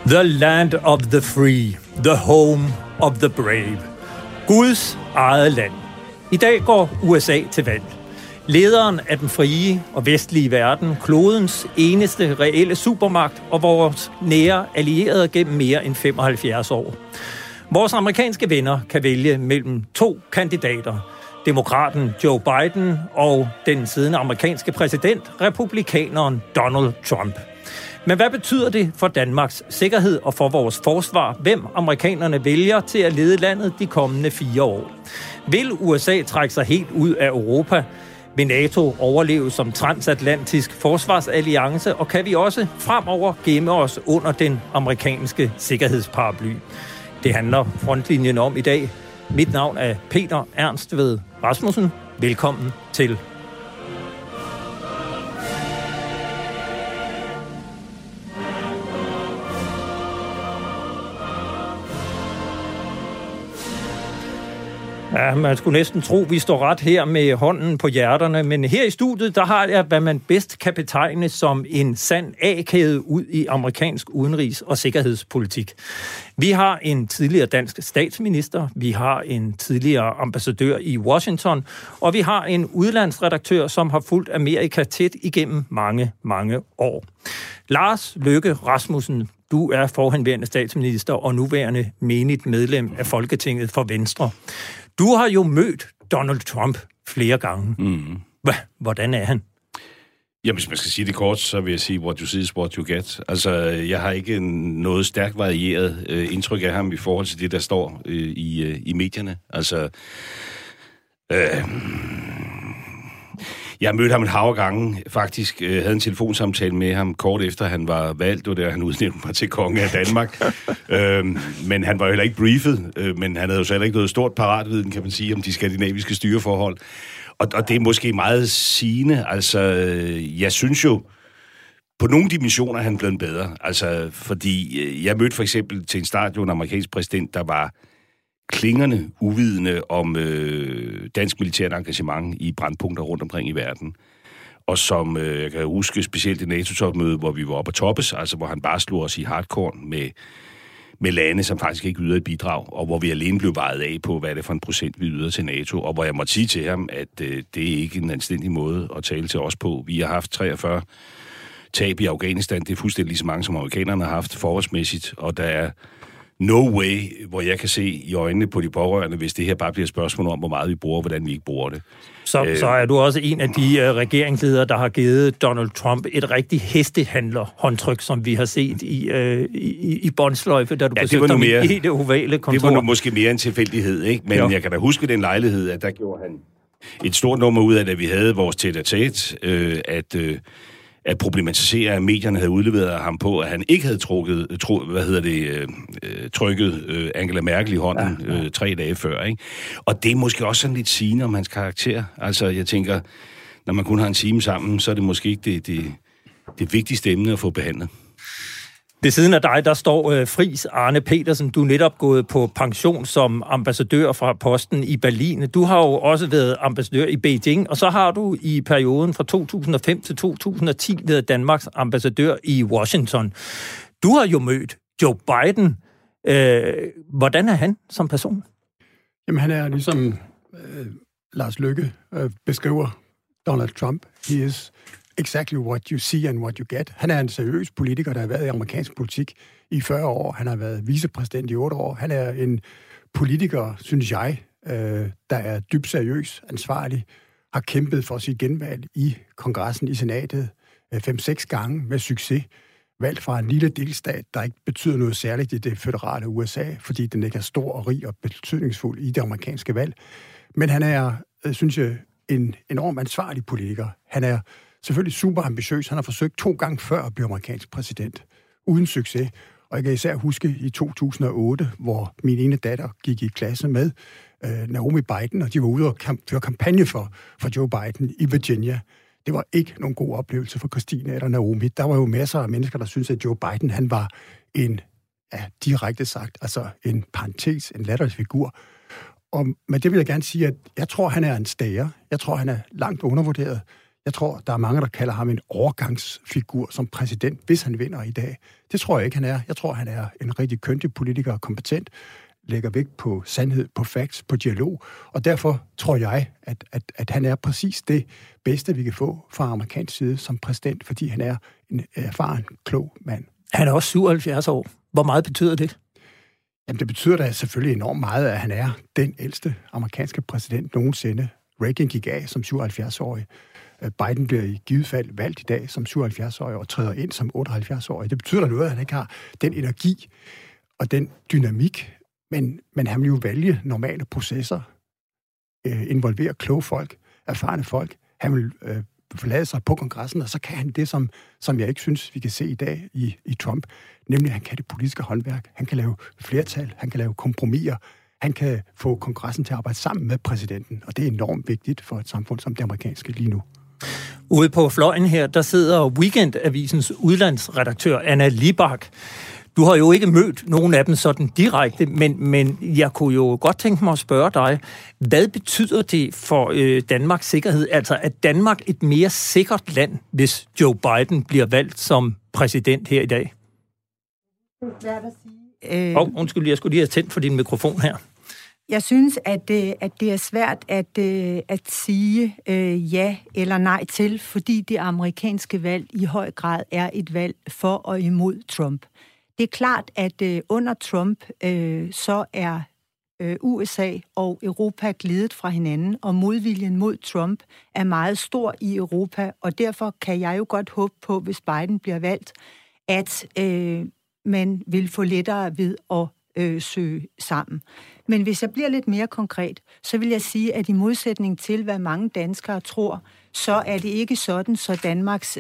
The land of the free, the home of the brave. Guds eget land. I dag går USA til valg. Lederen af den frie og vestlige verden, klodens eneste reelle supermagt og vores nære allierede gennem mere end 75 år. Vores amerikanske venner kan vælge mellem to kandidater. Demokraten Joe Biden og den siddende amerikanske præsident, republikaneren Donald Trump. Men hvad betyder det for Danmarks sikkerhed og for vores forsvar, hvem amerikanerne vælger til at lede landet de kommende 4 år? Vil USA trække sig helt ud af Europa? Vil NATO overleve som transatlantisk forsvarsalliance? Og kan vi også fremover gemme os under den amerikanske sikkerhedsparaply? Det handler frontlinjen om i dag. Mit navn er Peter Ernst Ved Rasmussen. Velkommen til. Ja, man skulle næsten tro, vi står ret her med hånden på hjerterne, men her i studiet, der har jeg, hvad man bedst kan betegne som en sand A-kæde ud i amerikansk udenrigs- og sikkerhedspolitik. Vi har en tidligere dansk statsminister, vi har en tidligere ambassadør i Washington, og vi har en udlandsredaktør, som har fulgt Amerika tæt igennem mange, mange år. Lars Løkke Rasmussen, du er forhenværende statsminister og nuværende menigt medlem af Folketinget for Venstre. Du har jo mødt Donald Trump flere gange. Hvordan er han? Jamen, hvis man skal sige det kort, så vil jeg sige, what you see is what you get. Altså, jeg har ikke noget stærkt varieret indtryk af ham i forhold til det, der står i medierne. Altså, jeg mødte ham et hav af gange, faktisk havde en telefonsamtale med ham kort efter han var valgt, og der han udnævnte mig til konge af Danmark. Men han var jo heller ikke briefet, men han havde jo så heller ikke noget stort paratviden, kan man sige, om de skandinaviske styreforhold. Og det er måske meget sigende. Altså, jeg synes jo, på nogle dimensioner er han blevet bedre. Altså, fordi jeg mødte for eksempel til en start jo en amerikansk præsident, der var klingerne uvidende om dansk militært engagement i brandpunkter rundt omkring i verden. Og som jeg kan huske specielt i NATO-topmøde, hvor vi var oppe at toppes, altså hvor han bare slog os i hardcore med lande, som faktisk ikke yder et bidrag, og hvor vi alene blev vejet af på, hvad er det for en procent, vi yder til NATO, og hvor jeg måtte sige til ham, at det er ikke en anstændig måde at tale til os på. Vi har haft 43 tab i Afghanistan, det er fuldstændig lige så mange, som amerikanerne har haft forholdsmæssigt, og der er no way, hvor jeg kan se i øjnene på de pårørende, hvis det her bare bliver et spørgsmål om, hvor meget vi bruger, og hvordan vi ikke bruger det. Så er du også en af de regeringsledere, der har givet Donald Trump et rigtig hestehandler-håndtryk, som vi har set i båndsløjfe, da du besøgte ham i det ovale kontor. Det var nu måske mere en tilfældighed, ikke? Men jeg kan da huske den lejlighed, at der gjorde han et stort nummer ud af, da vi havde vores tæt-a-tæt, at problematisere, at medierne havde udleveret ham på, at han ikke havde trykket Angela Merkel i hånden 3 dage før, ikke? Og det er måske også sådan lidt sigende om hans karakter. Altså, jeg tænker, når man kun har en time sammen, så er det måske ikke det vigtigste emne at få behandlet. Ved siden af dig, der står Friis Arne Petersen. Du er netop gået på pension som ambassadør fra posten i Berlin. Du har jo også været ambassadør i Beijing, og så har du i perioden fra 2005 til 2010 været Danmarks ambassadør i Washington. Du har jo mødt Joe Biden. Hvordan er han som person? Jamen, han er ligesom Lars Løkke beskriver Donald Trump. He is exactly what you see and what you get. Han er en seriøs politiker, der har været i amerikansk politik i 40 år. Han har været vicepræsident i 8 år. Han er en politiker, synes jeg, der er dybt seriøs, ansvarlig, har kæmpet for sit genvalg i kongressen, i senatet, 5-6 gange med succes. Valgt fra en lille delstat, der ikke betyder noget særligt i det føderale USA, fordi den ikke er stor og rig og betydningsfuld i det amerikanske valg. Men han er, synes jeg, en enormt ansvarlig politiker. Han er selvfølgelig super ambitiøs. Han har forsøgt 2 gange før at blive amerikansk præsident, uden succes. Og jeg kan især huske i 2008, hvor min ene datter gik i klasse med Naomi Biden, og de var ude og føre kampagne for Joe Biden i Virginia. Det var ikke nogen god oplevelse for Christine eller Naomi. Der var jo masser af mennesker, der syntes, at Joe Biden, han var en, direkte sagt, altså en parentes, en latterlig figur. Og med det vil jeg gerne sige, at jeg tror, han er en stager. Jeg tror, han er langt undervurderet. Jeg tror, der er mange, der kalder ham en overgangsfigur som præsident, hvis han vinder i dag. Det tror jeg ikke, han er. Jeg tror, han er en rigtig køndig politiker og kompetent, lægger vægt på sandhed, på facts, på dialog, og derfor tror jeg, at han er præcis det bedste, vi kan få fra amerikansk side som præsident, fordi han er en erfaren, klog mand. Han er også 77 år. Hvor meget betyder det? Jamen, det betyder da selvfølgelig enormt meget, at han er den ældste amerikanske præsident nogensinde. Reagan gik af som 77-årig. Biden bliver i givet fald valgt i dag som 77-årig og træder ind som 78-årig. Det betyder da noget, at han ikke har den energi og den dynamik, men han vil jo vælge normale processer, involvere kloge folk, erfarne folk. Han vil forlade sig på kongressen, og så kan han det, som jeg ikke synes, vi kan se i dag i Trump, nemlig at han kan det politiske håndværk. Han kan lave flertal, han kan lave kompromiser, han kan få kongressen til at arbejde sammen med præsidenten, og det er enormt vigtigt for et samfund som det amerikanske lige nu. Ude på fløjen her, der sidder Weekendavisens udlandsredaktør Anna Libak. Du har jo ikke mødt nogen af dem sådan direkte, men jeg kunne jo godt tænke mig at spørge dig, hvad betyder det for Danmarks sikkerhed? Altså, er Danmark et mere sikkert land, hvis Joe Biden bliver valgt som præsident her i dag? Undskyld, jeg skulle lige have tændt for din mikrofon her. Jeg synes, at det er svært at sige ja eller nej til, fordi det amerikanske valg i høj grad er et valg for og imod Trump. Det er klart, at under Trump så er USA og Europa glidet fra hinanden, og modviljen mod Trump er meget stor i Europa, og derfor kan jeg jo godt håbe på, hvis Biden bliver valgt, at man vil få lettere ved at søge sammen. Men hvis jeg bliver lidt mere konkret, så vil jeg sige, at i modsætning til, hvad mange danskere tror, så er det ikke sådan, så Danmarks,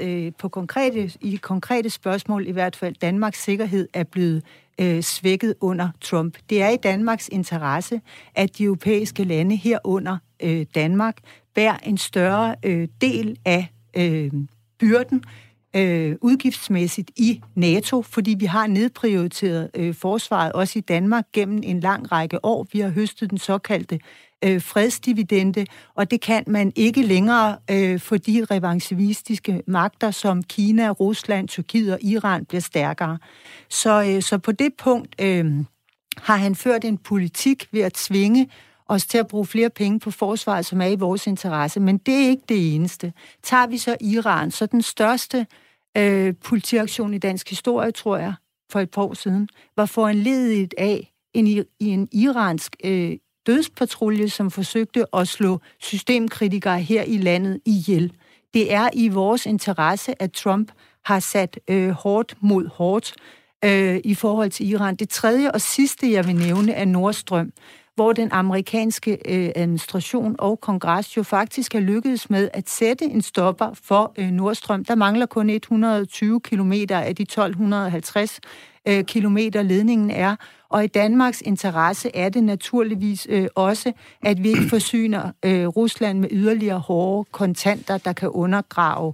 i konkrete spørgsmål i hvert fald, Danmarks sikkerhed er blevet svækket under Trump. Det er i Danmarks interesse, at de europæiske lande herunder Danmark bærer en større del af byrden udgiftsmæssigt i NATO, fordi vi har nedprioriteret forsvaret også i Danmark gennem en lang række år. Vi har høstet den såkaldte fredsdividende, og det kan man ikke længere, fordi revanchistiske magter som Kina, Rusland, Tyrkiet og Iran bliver stærkere. Så på det punkt har han ført en politik ved at tvinge os til at bruge flere penge på forsvaret, som er i vores interesse. Men det er ikke det eneste. Tager vi så Iran, så den største politiaktion i dansk historie, tror jeg, for et par år siden, var foranlediget af en iransk dødspatrulje, som forsøgte at slå systemkritikere her i landet ihjel. Det er i vores interesse, at Trump har sat hårdt mod hårdt i forhold til Iran. Det tredje og sidste, jeg vil nævne, er Nord Stream, hvor den amerikanske administration og kongres jo faktisk er lykkedes med at sætte en stopper for Nord Stream. Der mangler kun 120 kilometer af de 1250 kilometer ledningen er. Og i Danmarks interesse er det naturligvis også, at vi ikke forsyner Rusland med yderligere hårde kontanter, der kan undergrave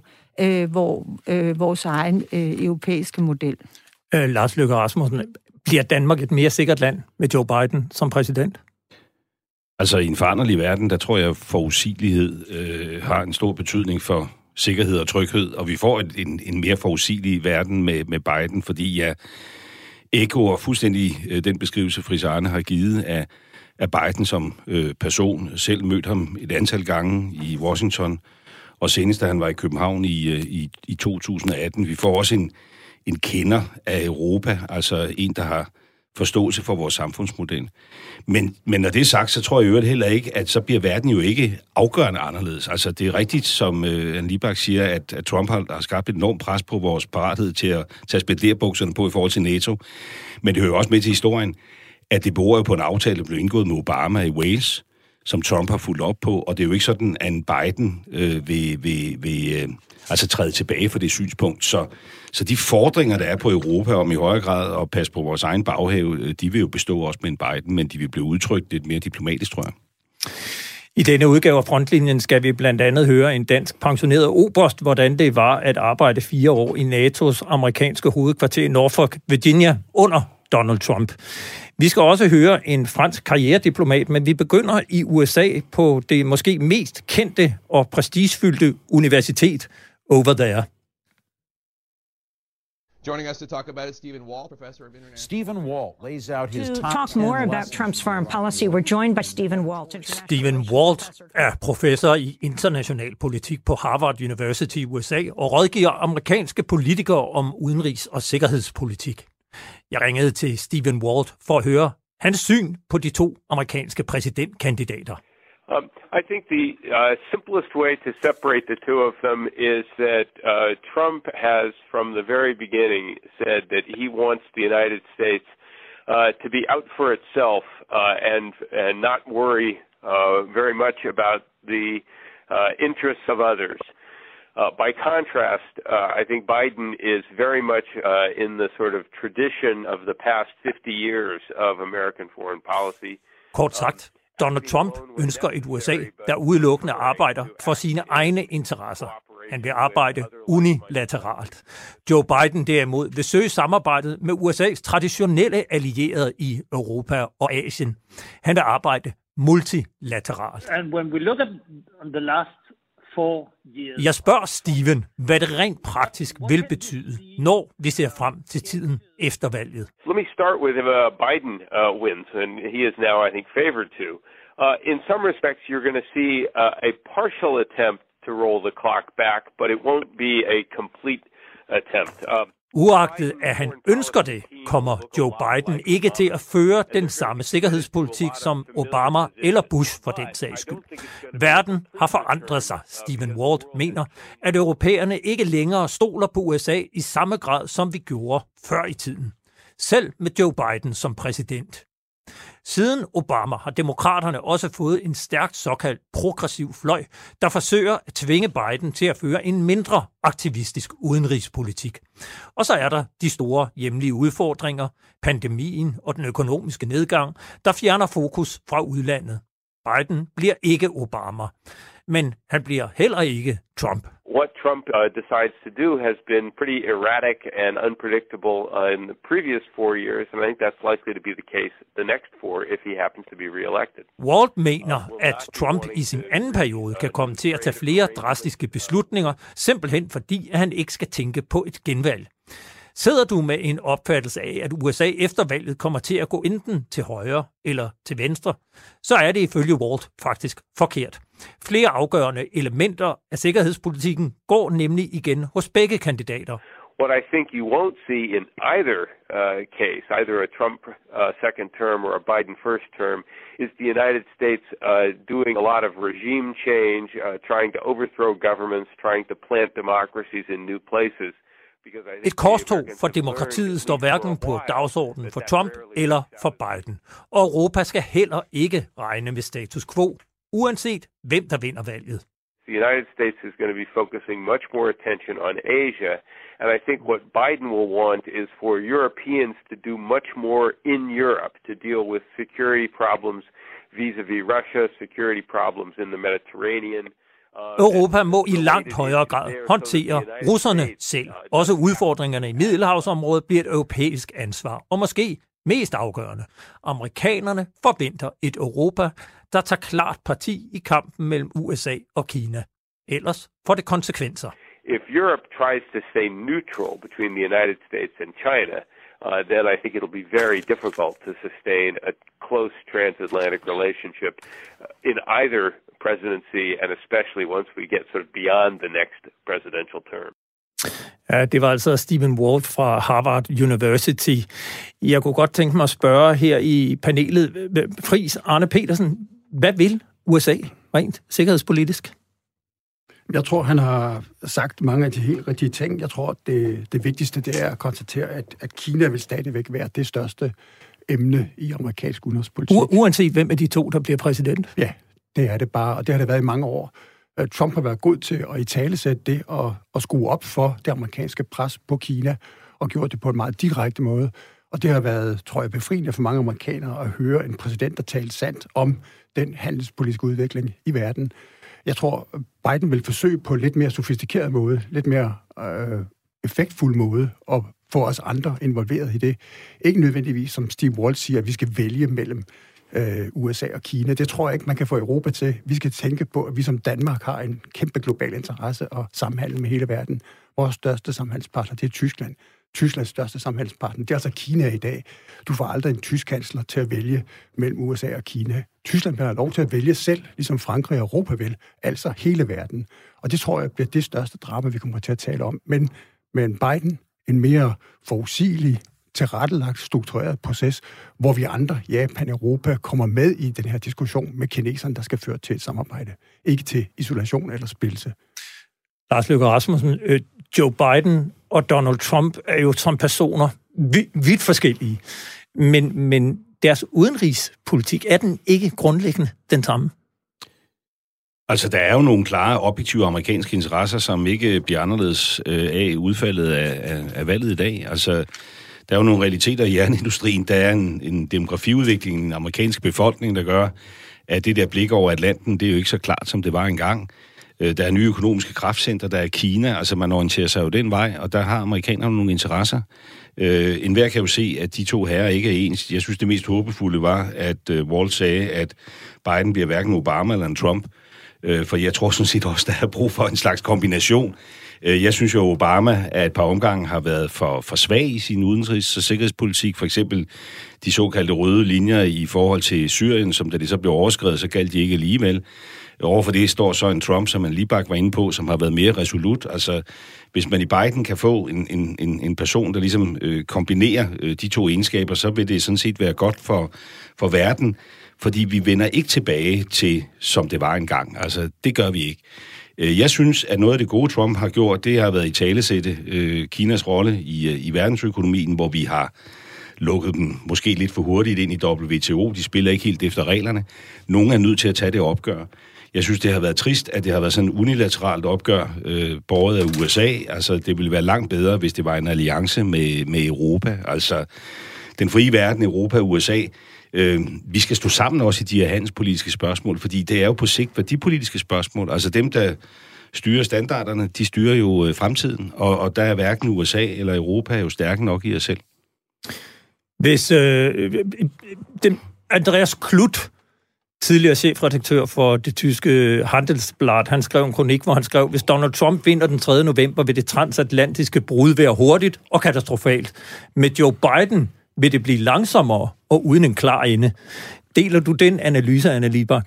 vores egen europæiske model. Lars Løkke Rasmussen, bliver Danmark et mere sikkert land med Joe Biden som præsident? Altså i en foranderlig verden, der tror jeg, at forudsigelighed har en stor betydning for sikkerhed og tryghed, og vi får en mere forudsigelig verden med Biden, fordi jeg ekkoer fuldstændig den beskrivelse, Friis Arne har givet af Biden som person. Selv mødt ham et antal gange i Washington, og senest da han var i København i 2018. Vi får også en kender af Europa, altså en, der har forståelse for vores samfundsmodel. Men når det er sagt, så tror jeg jo heller ikke, at så bliver verden jo ikke afgørende anderledes. Altså det er rigtigt, som Anne Libak siger, at Trump har skabt et enormt pres på vores parathed til at tage spederbukserne på i forhold til NATO. Men det hører jo også med til historien, at det beror jo på en aftale, der blev indgået med Obama i Wales, som Trump har fulgt op på, og det er jo ikke sådan, at Biden vil træde tilbage for det synspunkt. Så de fordringer, der er på Europa om i højere grad at passe på vores egen baghave, de vil jo bestå også med en Biden, men de vil blive udtrykt lidt mere diplomatisk, tror jeg. I denne udgave af Frontlinjen skal vi blandt andet høre en dansk pensioneret oberst, hvordan det var at arbejde 4 år i NATO's amerikanske hovedkvarter i Norfolk, Virginia, under Donald Trump. Vi skal også høre en fransk karrierediplomat, men vi begynder i USA på det måske mest kendte og prestigefyldte universitet over there. Joining us to talk about it, Stephen Wall, professor of international... Stephen Wall lays out his To top talk 10 more about lessons. Trump's foreign policy, we're joined by Stephen Walt. Stephen Walt er professor i international politik på Harvard University i USA og rådgiver amerikanske politikere om udenrigs- og sikkerhedspolitik. Jeg ringede til Stephen Walt for at høre hans syn på de to amerikanske præsidentkandidater. I think the simplest way to separate the two of them is that Trump has, from the very beginning, said that he wants the United States to be out for itself and not worry very much about the interests of others. By contrast, I think Biden is very much in the sort of tradition of the past 50 years of American foreign policy. Kort sagt, Donald Trump ønsker et USA, der udelukkende arbejder for sine egne interesser. Han vil arbejde unilateralt. Joe Biden derimod vil søge samarbejdet med USA's traditionelle allierede i Europa og Asien. Han vil arbejde multilateralt. And when we look at the last 4 years... Jeg spørger Stephen, hvad det rent praktisk vil betyde, når vi ser frem til tiden efter valget. Let me start with if Biden wins, and he is now, I think, favored to. In some respects, you're going to see a partial attempt to roll the clock back, but it won't be a complete attempt. Uagtet at han ønsker det, kommer Joe Biden ikke til at føre den samme sikkerhedspolitik som Obama eller Bush for den sags skyld. Verden har forandret sig. Stephen Walt mener, at europæerne ikke længere stoler på USA i samme grad, som vi gjorde før i tiden. Selv med Joe Biden som præsident. Siden Obama har demokraterne også fået en stærkt såkaldt progressiv fløj, der forsøger at tvinge Biden til at føre en mindre aktivistisk udenrigspolitik. Og så er der de store hjemlige udfordringer, pandemien og den økonomiske nedgang, der fjerner fokus fra udlandet. Biden bliver ikke Obama, men han bliver heller ikke Trump. What Trump decides to do has been pretty erratic and unpredictable in the previous 4 years, and I think that's likely to be the case the next 4 if he happens to be reelected. Walt mener, at Trump i sin anden periode kan komme til at tage flere drastiske beslutninger, simpelthen fordi han ikke skal tænke på et genvalg. Sidder du med en opfattelse af, at USA efter valget kommer til at gå enten til højre eller til venstre, så er det ifølge Walt faktisk forkert. Flere afgørende elementer af sikkerhedspolitikken går nemlig igen hos begge kandidater. What I think you won't see in either case, either a Trump second term or a Biden first term, is the United States doing a lot of regime change, trying to overthrow governments, trying to plant democracies in new places. Et korstog for demokratiet står hverken på dagsordenen for Trump eller for Biden. Og Europa skal heller ikke regne med status quo, uanset hvem der vinder valget. The United States is going to be focusing much more attention on Asia, and I think what Biden will want is for Europeans to do much more in Europe to deal with security problems vis-a-vis Russia, security problems in the Mediterranean. Europa må i langt højere grad håndtere russerne selv. Også udfordringerne i Middelhavsområdet bliver et europæisk ansvar, og måske mest afgørende. Amerikanerne forventer et Europa, der tager klart parti i kampen mellem USA og Kina. Ellers får det konsekvenser. If Europe tries to stay neutral between the United States and China, then I think it'll be very difficult to sustain a close transatlantic relationship in either presidency, and especially once we get sort of beyond the next presidential term. Ja, det var altså Stephen Walt fra Harvard University. Jeg kunne godt tænke mig at spørge her i panelet, Friis Arne Petersen, hvad vil USA rent sikkerhedspolitisk? Jeg tror, han har sagt mange af de helt rigtige ting. Jeg tror, det vigtigste det er at konstatere, at Kina vil stadigvæk være det største emne i amerikansk udenrigspolitik. Uanset hvem af de to, der bliver præsident? Ja, det er det bare, og det har det været i mange år. Trump har været god til at italesætte det og skrue op for det amerikanske pres på Kina, og gjort det på en meget direkte måde. Og det har været, tror jeg, befriende for mange amerikanere at høre en præsident, der taler sandt om den handelspolitiske udvikling i verden. Jeg tror, Biden vil forsøge på en lidt mere sofistikeret måde, lidt mere effektfuld måde at få os andre involveret i det. Ikke nødvendigvis, som Steve Walt siger, at vi skal vælge mellem USA og Kina. Det tror jeg ikke, man kan få Europa til. Vi skal tænke på, at vi som Danmark har en kæmpe global interesse og samhandel med hele verden. Vores største samhandelspartner, det er Tyskland. Tysklands største samhandelspartner, det er altså Kina i dag. Du får aldrig en tysk kansler til at vælge mellem USA og Kina. Tyskland har lov til at vælge selv, ligesom Frankrig og Europa vil, altså hele verden. Og det tror jeg bliver det største drama, vi kommer til at tale om. Men Biden, en mere forudsigelig, tilrettelagt, struktureret proces, hvor vi andre, Japan og Europa, kommer med i den her diskussion med kineserne, der skal føre til et samarbejde. Ikke til isolation eller splittelse. Lars Løkke Rasmussen, Joe Biden og Donald Trump er jo som personer vidt forskellige. Men deres udenrigspolitik, er den ikke grundlæggende den samme? Altså, der er jo nogle klare, objektive amerikanske interesser, som ikke bliver anderledes af udfaldet af valget i dag. Altså, der er jo nogle realiteter i jernindustrien. Der er en demografiudvikling i den amerikanske befolkning, der gør, at det der blik over Atlanten, det er jo ikke så klart, som det var engang. Der er nye økonomiske kraftcenter, der er Kina, altså man orienterer sig jo den vej, og der har amerikanerne nogle interesser. Enhver kan jo se, at de to herrer ikke er ens. Jeg synes, det mest håbefulde var, at Walt sagde, at Biden bliver hverken Obama eller en Trump, for jeg tror sådan set også, der er brug for en slags kombination. Jeg synes jo, Obama af et par omgange har været for svag i sin udenrigs- og sikkerhedspolitik. For eksempel de såkaldte røde linjer i forhold til Syrien, som da det så blev overskredet, så galt de ikke alligevel. Overfor det står så en Trump, som man lige var inde på, som har været mere resolut. Altså, hvis man i Biden kan få en person, der ligesom kombinerer de to egenskaber, så vil det sådan set være godt for verden, fordi vi vender ikke tilbage til, som det var engang. Altså, det gør vi ikke. Jeg synes, at noget af det gode, Trump har gjort, det har været i talesætte Kinas rolle i verdensøkonomien, hvor vi har lukket dem måske lidt for hurtigt ind i WTO. De spiller ikke helt efter reglerne. Nogle er nødt til at tage det opgør. Jeg synes, det har været trist, at det har været sådan et unilateralt opgør båret af USA. Altså, det ville være langt bedre, hvis det var en alliance med Europa. Altså, den frie verden, Europa og USA. Vi skal stå sammen også i de her handelspolitiske spørgsmål, fordi det er jo på sigt værdipolitiske spørgsmål. Altså dem, der styrer standarderne, de styrer jo fremtiden, og der er hverken USA eller Europa jo stærke nok i os selv. Hvis Andreas Kludt, tidligere chefredaktør for det tyske Handelsblad, han skrev en kronik, hvor han skrev, hvis Donald Trump vinder den 3. november, vil det transatlantiske brud være hurtigt og katastrofalt. Med Joe Biden vil det blive langsommere og uden en klar ende. Deler du den analyse, Anna Libak?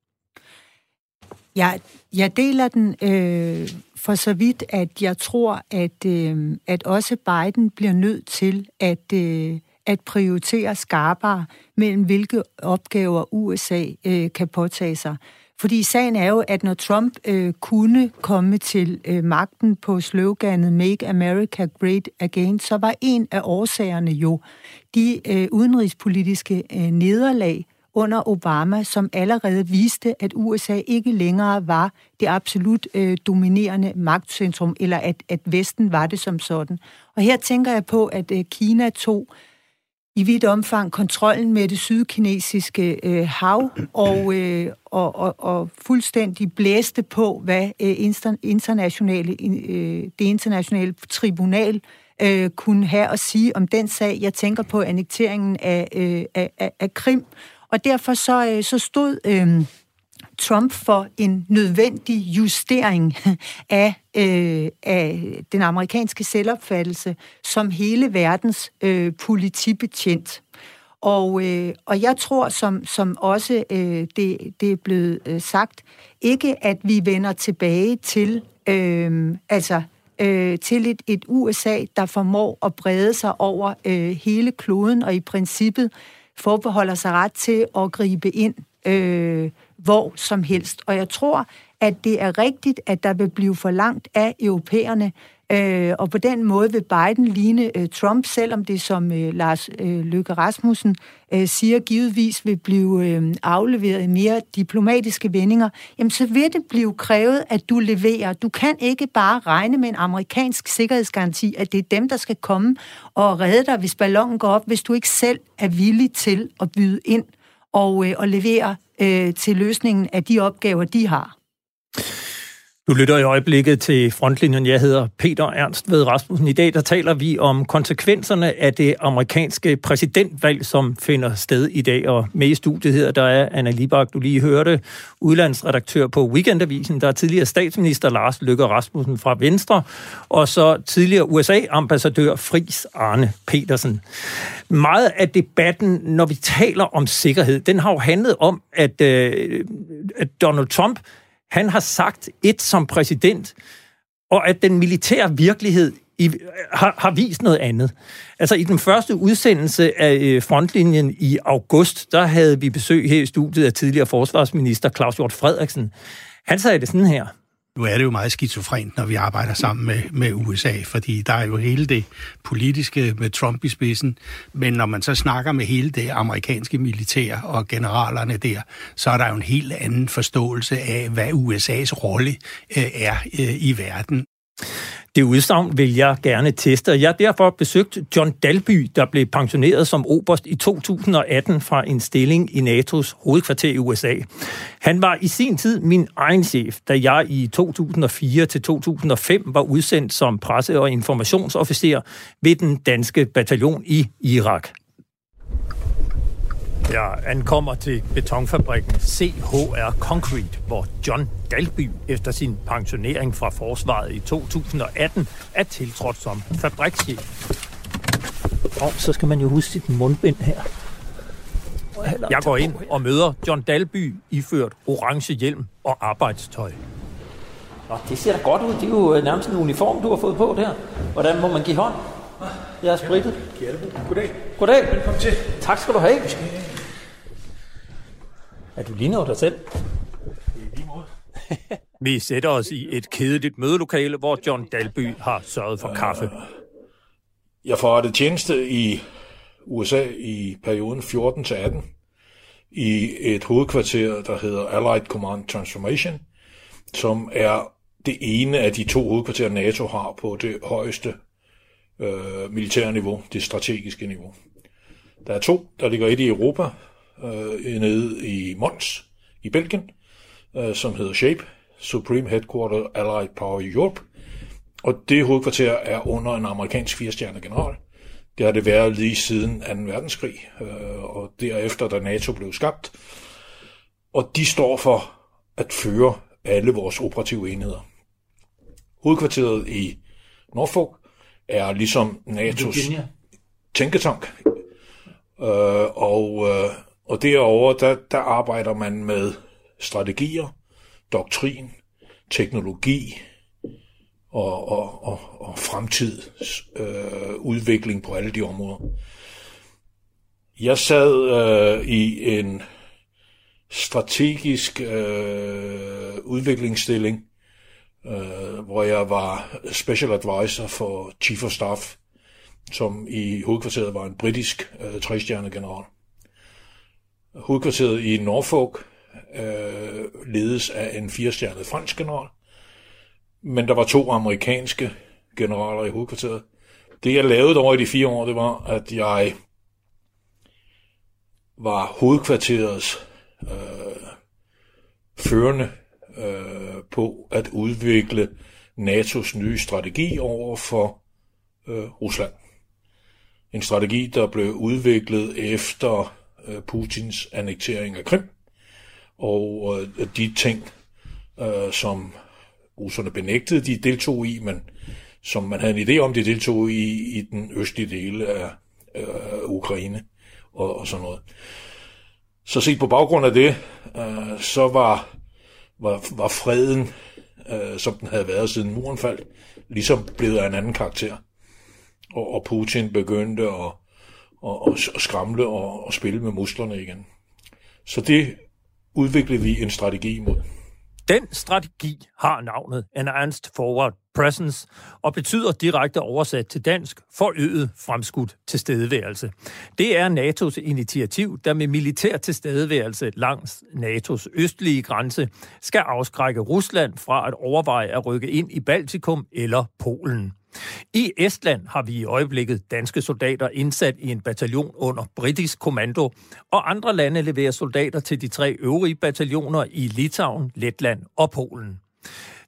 Jeg deler den for så vidt, at jeg tror, at også Biden bliver nødt til at prioritere skarpere mellem hvilke opgaver USA kan påtage sig. Fordi sagen er jo, at når Trump kunne komme til magten på sloganet Make America Great Again, så var en af årsagerne jo de udenrigspolitiske nederlag under Obama, som allerede viste, at USA ikke længere var det absolut dominerende magtcentrum, eller at Vesten var det som sådan. Og her tænker jeg på, at Kina tog i vidt omfang kontrollen med det sydkinesiske hav og fuldstændig blæste på, hvad det internationale tribunal kunne have at sige om den sag. Jeg tænker på annekteringen af Krim, og derfor så stod Trump for en nødvendig justering af den amerikanske selvopfattelse som hele verdens politibetjent. Og jeg tror, som også det er blevet sagt, ikke at vi vender tilbage til til et USA, der formår at brede sig over hele kloden og i princippet forbeholder sig ret til at gribe ind hvor som helst. Og jeg tror, at det er rigtigt, at der vil blive for langt af europæerne, og på den måde vil Biden ligne Trump, selvom det, som Lars Løkke Rasmussen siger, givetvis vil blive afleveret i mere diplomatiske vendinger, jamen så vil det blive krævet, at du leverer. Du kan ikke bare regne med en amerikansk sikkerhedsgaranti, at det er dem, der skal komme og redde dig, hvis ballonen går op, hvis du ikke selv er villig til at byde ind og levere til løsningen af de opgaver, de har. Du lytter i øjeblikket til Frontlinjen. Jeg hedder Peter Ernst Ved Rasmussen. I dag der taler vi om konsekvenserne af det amerikanske præsidentvalg, som finder sted i dag. Og med i studiet her, der er Anna Libak, du lige hørte, udlandsredaktør på Weekendavisen. Der er tidligere statsminister Lars Løkke Rasmussen fra Venstre, og så tidligere USA-ambassadør Friis Arne Petersen. Meget af debatten, når vi taler om sikkerhed, den har jo handlet om, at Donald Trump, han har sagt et som præsident, og at den militære virkelighed har vist noget andet. Altså i den første udsendelse af Frontlinjen i august, der havde vi besøg her i studiet af tidligere forsvarsminister Claus Hjort Frederiksen. Han sagde det sådan her. Nu er det jo meget skizofrent, når vi arbejder sammen med USA, fordi der er jo hele det politiske med Trump i spidsen, men når man så snakker med hele det amerikanske militær og generalerne der, så er der jo en helt anden forståelse af, hvad USA's rolle er i verden. Det udsagn vil jeg gerne teste, og jeg har derfor besøgt John Dalby, der blev pensioneret som oberst i 2018 fra en stilling i NATO's hovedkvarter i USA. Han var i sin tid min egen chef, da jeg i 2004 til 2005 var udsendt som presse- og informationsofficer ved den danske bataljon i Irak. Jeg ankommer til betonfabrikken CHR Concrete, hvor John Dalby efter sin pensionering fra forsvaret i 2018 er tiltrådt som fabrikschef. Og så skal man jo huske sit mundbind her. Jeg går ind og møder John Dalby iført orange hjelm og arbejdstøj. Nå, det ser da godt ud. Det er jo nærmest en uniform, du har fået på der. Hvordan må man give hånd? Jeg er spritet. Goddag. Goddag. Velkommen til. Tak skal du have. Er du ligner dig selv? Vi sætter os i et kedeligt mødelokale, hvor John Dalby har sørget for kaffe. Jeg forrettede tjeneste i USA i perioden 14-18 i et hovedkvarter, der hedder Allied Command Transformation, som er det ene af de 2 hovedkvarterer, NATO har på det højeste militære niveau, det strategiske niveau. Der er 2, der ligger et i Europa, nede i Mons i Belgien, som hedder SHAPE, Supreme Headquarter Allied Power Europe, og det hovedkvarter er under en amerikansk 4-stjernet general. Det har det været lige siden 2. verdenskrig, og derefter, da NATO blev skabt. Og de står for at føre alle vores operative enheder. Hovedkvarteret i Norfolk er ligesom NATO's tænketank, og derovre, der arbejder man med strategier, doktrin, teknologi og fremtidsudvikling på alle de områder. Jeg sad i en strategisk udviklingsstilling, hvor jeg var special advisor for Chief of Staff, som i hovedkvarteret var en britisk 3-stjernet general. Hovedkvarteret i Norfolk ledes af en 4-stjernet fransk general, men der var 2 amerikanske generaler i hovedkvarteret. Det jeg lavede over i de 4 år, det var, at jeg var hovedkvarterets førende på at udvikle NATO's nye strategi over for Rusland. En strategi, der blev udviklet efter Putins annektering af Krim, og de ting, som russerne benægtede, de deltog i, men som man havde en idé om, de deltog i den østlige del af Ukraine og sådan noget. Så set på baggrund af det, så var freden, som den havde været siden muren faldt, ligesom blevet af en anden karakter. Og Putin begyndte at skramle og spille med musklerne igen. Så det udviklede vi en strategi imod. Den strategi har navnet Enhanced Forward Presence og betyder direkte oversat til dansk forøget fremskudt tilstedeværelse. Det er NATO's initiativ, der med militær tilstedeværelse langs NATO's østlige grænse skal afskrække Rusland fra at overveje at rykke ind i Baltikum eller Polen. I Estland har vi i øjeblikket danske soldater indsat i en bataljon under britisk kommando, og andre lande leverer soldater til de 3 øvrige bataljoner i Litauen, Letland og Polen.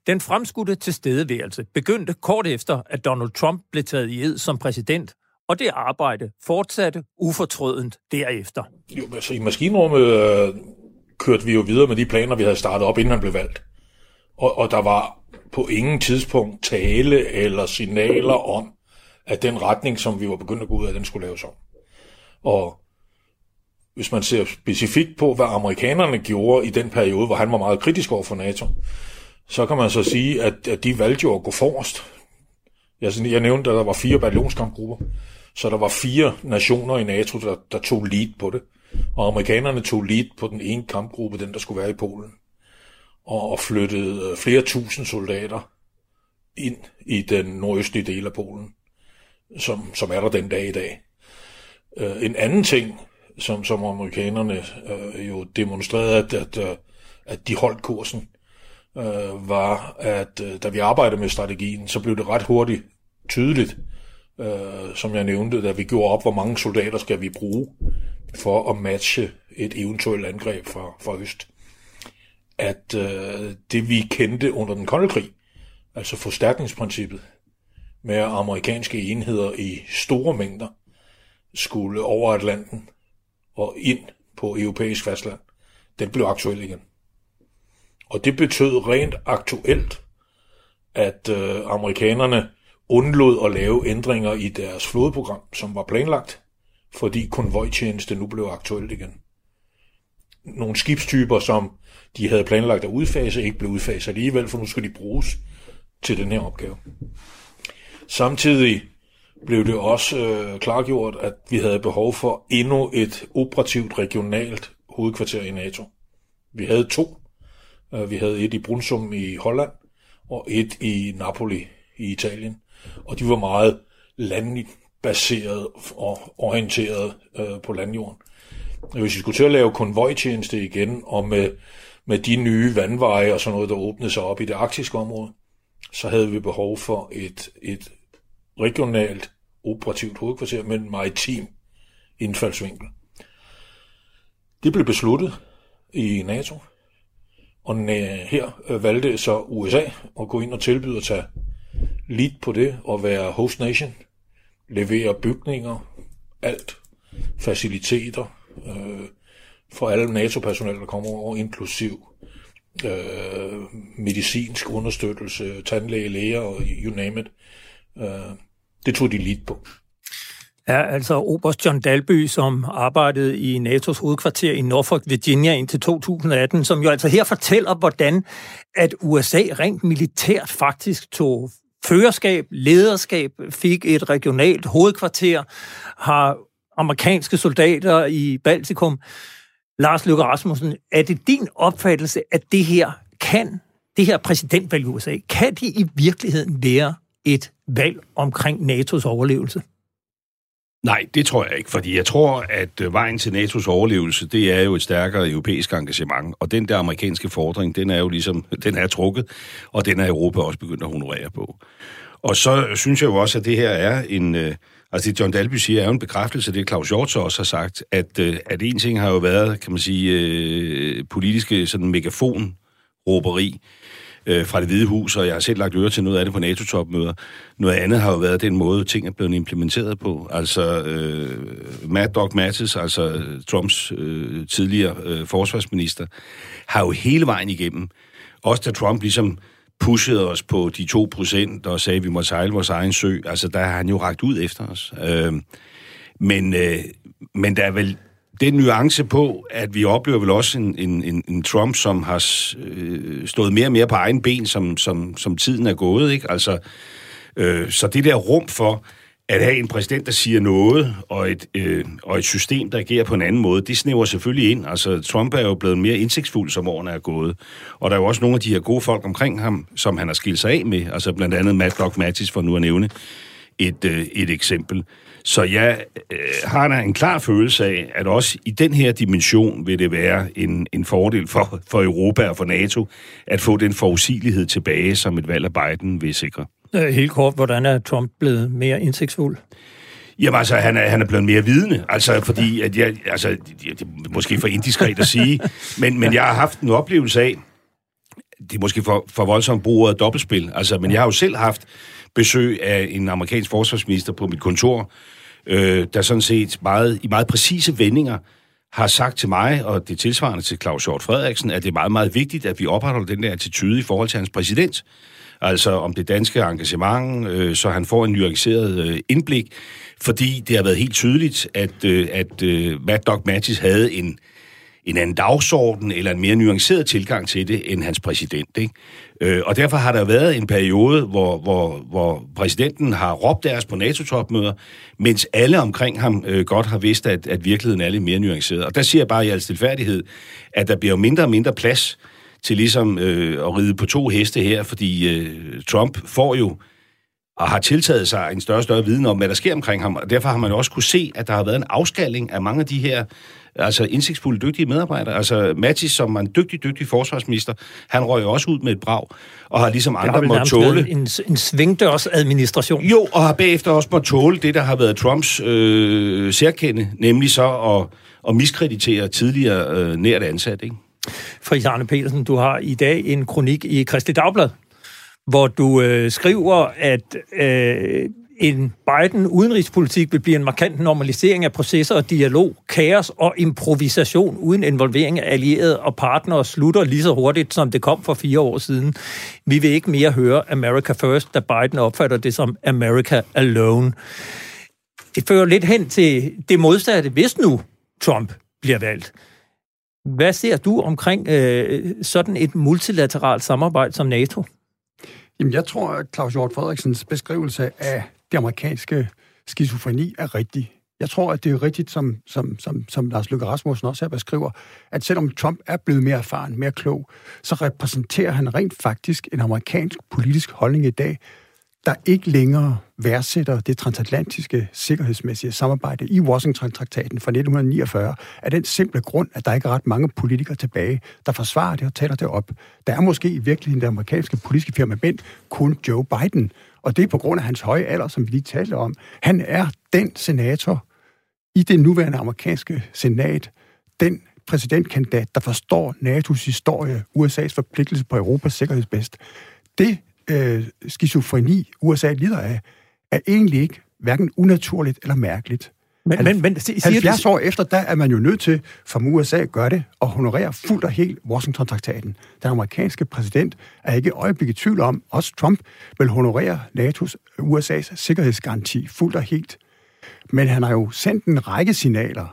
Den fremskudte tilstedeværelse begyndte kort efter, at Donald Trump blev taget i ed som præsident, og det arbejde fortsatte ufortrødent derefter. Jo, altså i maskinrummet kørte vi jo videre med de planer, vi havde startet op, inden han blev valgt. Og der var på ingen tidspunkt tale eller signaler om, at den retning, som vi var begyndt at gå ud af, den skulle laves om. Og hvis man ser specifikt på, hvad amerikanerne gjorde i den periode, hvor han var meget kritisk over for NATO, så kan man så sige, at de valgte jo at gå forrest. Jeg nævnte, at der var 4 bataljonskampgrupper, så der var 4 nationer i NATO, der tog lead på det. Og amerikanerne tog lead på den ene kampgruppe, den der skulle være i Polen, og flyttede flere tusind soldater ind i den nordøstlige del af Polen, som er der den dag i dag. En anden ting, som amerikanerne jo demonstrerede, at de holdt kursen, var, at da vi arbejdede med strategien, så blev det ret hurtigt tydeligt, som jeg nævnte, da vi gjorde op, hvor mange soldater skal vi bruge for at matche et eventuelt angreb fra øst. At det vi kendte under den kolde krig, altså forstærkningsprincippet, med at amerikanske enheder i store mængder skulle over Atlanten og ind på europæisk fastland, den blev aktuel igen. Og det betød rent aktuelt, at amerikanerne undlod at lave ændringer i deres flådeprogram, som var planlagt, fordi konvojtjeneste nu blev aktuelt igen. Nogle skibstyper, som de havde planlagt at udfase, ikke blev udfaset alligevel, for nu skulle de bruges til den her opgave. Samtidig blev det også klargjort, at vi havde behov for endnu et operativt regionalt hovedkvarter i NATO. Vi havde 2. Vi havde et i Brunssum i Holland, og et i Napoli i Italien. Og de var meget landbaseret og orienteret på landjorden. Hvis vi skulle til at lave konvojtjeneste igen, og med de nye vandveje og sådan noget, der åbnede sig op i det arktiske område, så havde vi behov for et regionalt operativt hovedkvarter med en maritim indfaldsvinkel. Det blev besluttet i NATO, og her valgte så USA at gå ind og tilbyde at tage lead på det og være host nation, levere bygninger, alt, faciliteter for alle NATO-personel, der kommer over, inklusiv medicinsk understøttelse, tandlæge, læger og you name it. Det tog de lead på. Ja, altså oberst John Dalby, som arbejdede i NATO's hovedkvarter i Norfolk, Virginia indtil 2018, som jo altså her fortæller, hvordan at USA rent militært faktisk tog førerskab, lederskab, fik et regionalt hovedkvarter, har amerikanske soldater i Baltikum. Lars Løkke Rasmussen, er det din opfattelse, at det her præsidentvalg i USA, kan det i virkeligheden være et valg omkring NATO's overlevelse? Nej, det tror jeg ikke, fordi jeg tror, at vejen til NATO's overlevelse, det er jo et stærkere europæisk engagement, og den der amerikanske fordring, den er jo ligesom, den er trukket, og den er Europa også begyndt at honorere på. Og så synes jeg jo også, at det her er altså det John Dalby siger, er jo en bekræftelse af det, Claus Hjort også har sagt, at en ting har jo været, kan man sige, politiske sådan megafonråberi fra Det Hvide Hus, og jeg har selv lagt øre til noget af det på NATO-topmøder. Noget andet har jo været den måde, ting er blevet implementeret på. Altså Mad Dog Mattis, altså Trumps tidligere forsvarsminister, har jo hele vejen igennem, også da Trump ligesom pushede os på de 2% og sagde, at vi må sejle vores egen sø, altså der har han jo rakt ud efter os. Men der er vel den nuance på, at vi oplever vel også en Trump, som har stået mere og mere på egen ben, som tiden er gået, ikke? Altså, så det der rum for at have en præsident, der siger noget, og et system, der agerer på en anden måde, det snæver selvfølgelig ind. Altså, Trump er jo blevet mere indsigtsfuld, som årene er gået. Og der er jo også nogle af de her gode folk omkring ham, som han har skilt sig af med. Altså blandt andet Mad Dog Mattis, for nu at nævne et eksempel. Så jeg har da en klar følelse af, at også i den her dimension vil det være en fordel for Europa og for NATO, at få den forudsigelighed tilbage, som et valg af Biden vil sikre. Helt kort, hvordan er Trump blevet mere indsigtsfuld? Jamen altså, han er blevet mere vidende, altså fordi, at det er måske for indiskret at sige, men jeg har haft en oplevelse af, det er måske for voldsomt brug af dobbeltspil. Altså, men jeg har jo selv haft besøg af en amerikansk forsvarsminister på mit kontor, der sådan set i meget præcise vendinger har sagt til mig, og det tilsvarende til Claus Hjort Frederiksen, at det er meget, meget vigtigt, at vi opretholder den der attitude i forhold til hans præsident. Altså om det danske engagement, så han får en nuanceret indblik, fordi det har været helt tydeligt, at Mad Dog Mattis havde en anden dagsorden eller en mere nuanceret tilgang til det end hans præsident, ikke? Og derfor har der været en periode, hvor præsidenten har råbt deres på NATO-topmøder, mens alle omkring ham godt har vidst, at virkeligheden er lidt mere nuanceret. Og der siger jeg bare i al stilfærdighed, at der bliver mindre og mindre plads til ligesom at ride på 2 heste her, fordi Trump får jo og har tiltaget sig en større viden om, hvad der sker omkring ham, og derfor har man også kunne se, at der har været en afskalling af mange af de her indsigtsfulde, dygtige medarbejdere. Altså Mattis, som er en dygtig forsvarsminister, han røg også ud med et brag, og har ligesom andre måtte tåle en svingdørsadministration. Jo, og har bagefter også måtte tåle det, der har været Trumps særkende, nemlig så at miskreditere tidligere nært ansat, ikke? Friis Arne Petersen, du har i dag en kronik i Kristeligt Dagblad, hvor du skriver, at en Biden-udenrigspolitik vil blive en markant normalisering af processer og dialog, kaos og improvisation uden involvering af allierede og partnere slutter lige så hurtigt, som det kom for 4 år siden. Vi vil ikke mere høre America First, da Biden opfatter det som America Alone. Det fører lidt hen til det modsatte, hvis nu Trump bliver valgt. Hvad ser du omkring sådan et multilateralt samarbejde som NATO? Jamen, jeg tror, at Claus Hjort Frederiksens beskrivelse af det amerikanske skizofreni er rigtig. Jeg tror, at det er rigtigt, som Lars Løkke Rasmussen også her beskriver, at selvom Trump er blevet mere erfaren, mere klog, så repræsenterer han rent faktisk en amerikansk politisk holdning i dag, der ikke længere værdsætter det transatlantiske sikkerhedsmæssige samarbejde i Washington-traktaten fra 1949, af den simple grund, at der ikke er ret mange politikere tilbage, der forsvarer det og taler det op. Der er måske i virkeligheden det amerikanske politiske firmament kun Joe Biden, og det er på grund af hans høje alder, som vi lige talte om. Han er den senator i det nuværende amerikanske senat, den præsidentkandidat, der forstår NATO's historie, USA's forpligtelse på Europas sikkerhedsbedst. Det skizofreni, USA lider af, er egentlig ikke hverken unaturligt eller mærkeligt. Men 70 år efter, der er man jo nødt til, fra USA at gøre det, og honorere fuldt og helt Washington-traktaten. Den amerikanske præsident er ikke øjeblikket i tvivl om, også Trump vil honorere USA's sikkerhedsgaranti fuldt og helt. Men han har jo sendt en række signaler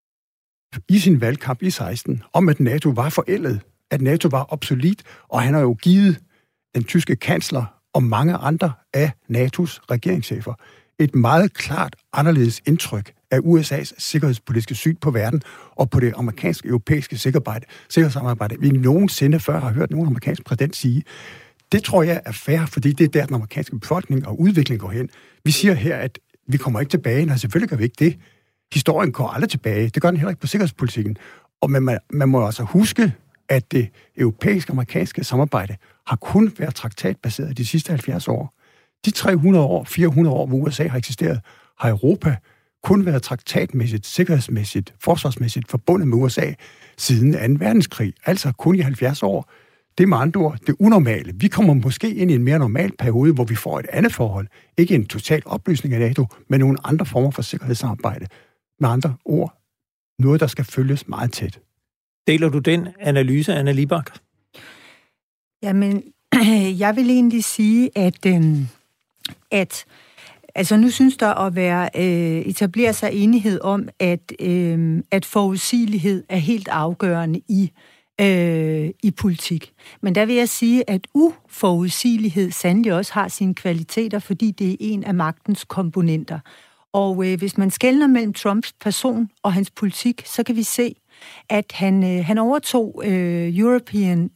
i sin valgkamp i 16, om at NATO var forældet, at NATO var obsolet, og han har jo givet den tyske kansler og mange andre af NATO's regeringschefer et meget klart anderledes indtryk af USA's sikkerhedspolitiske syn på verden og på det amerikansk-europæiske sikkerhedssamarbejde, vi nogensinde før har hørt nogen amerikansk præsident sige. Det tror jeg er fair, fordi det er der, den amerikanske befolkning og udvikling går hen. Vi siger her, at vi kommer ikke tilbage. Nej, selvfølgelig gør vi ikke det. Historien går aldrig tilbage. Det gør den heller ikke på sikkerhedspolitikken. Og man må altså huske, at det europæisk-amerikanske samarbejde har kun været traktatbaseret de sidste 70 år. De 300 år, 400 år, hvor USA har eksisteret, har Europa kun været traktatmæssigt, sikkerhedsmæssigt, forsvarsmæssigt forbundet med USA siden 2. verdenskrig. Altså kun i 70 år. Det er med andre ord det unormale. Vi kommer måske ind i en mere normal periode, hvor vi får et andet forhold. Ikke en total opløsning af NATO, men nogle andre former for sikkerhedssamarbejde. Med andre ord, noget, der skal følges meget tæt. Deler du den analyse, Anna Libak? Jamen, jeg vil egentlig sige, at altså nu synes der at være etablere sig enighed om, at forudsigelighed er helt afgørende i politik. Men der vil jeg sige, at uforudsigelighed sandelig også har sine kvaliteter, fordi det er en af magtens komponenter. Og hvis man skelner mellem Trumps person og hans politik, så kan vi se, at han overtog European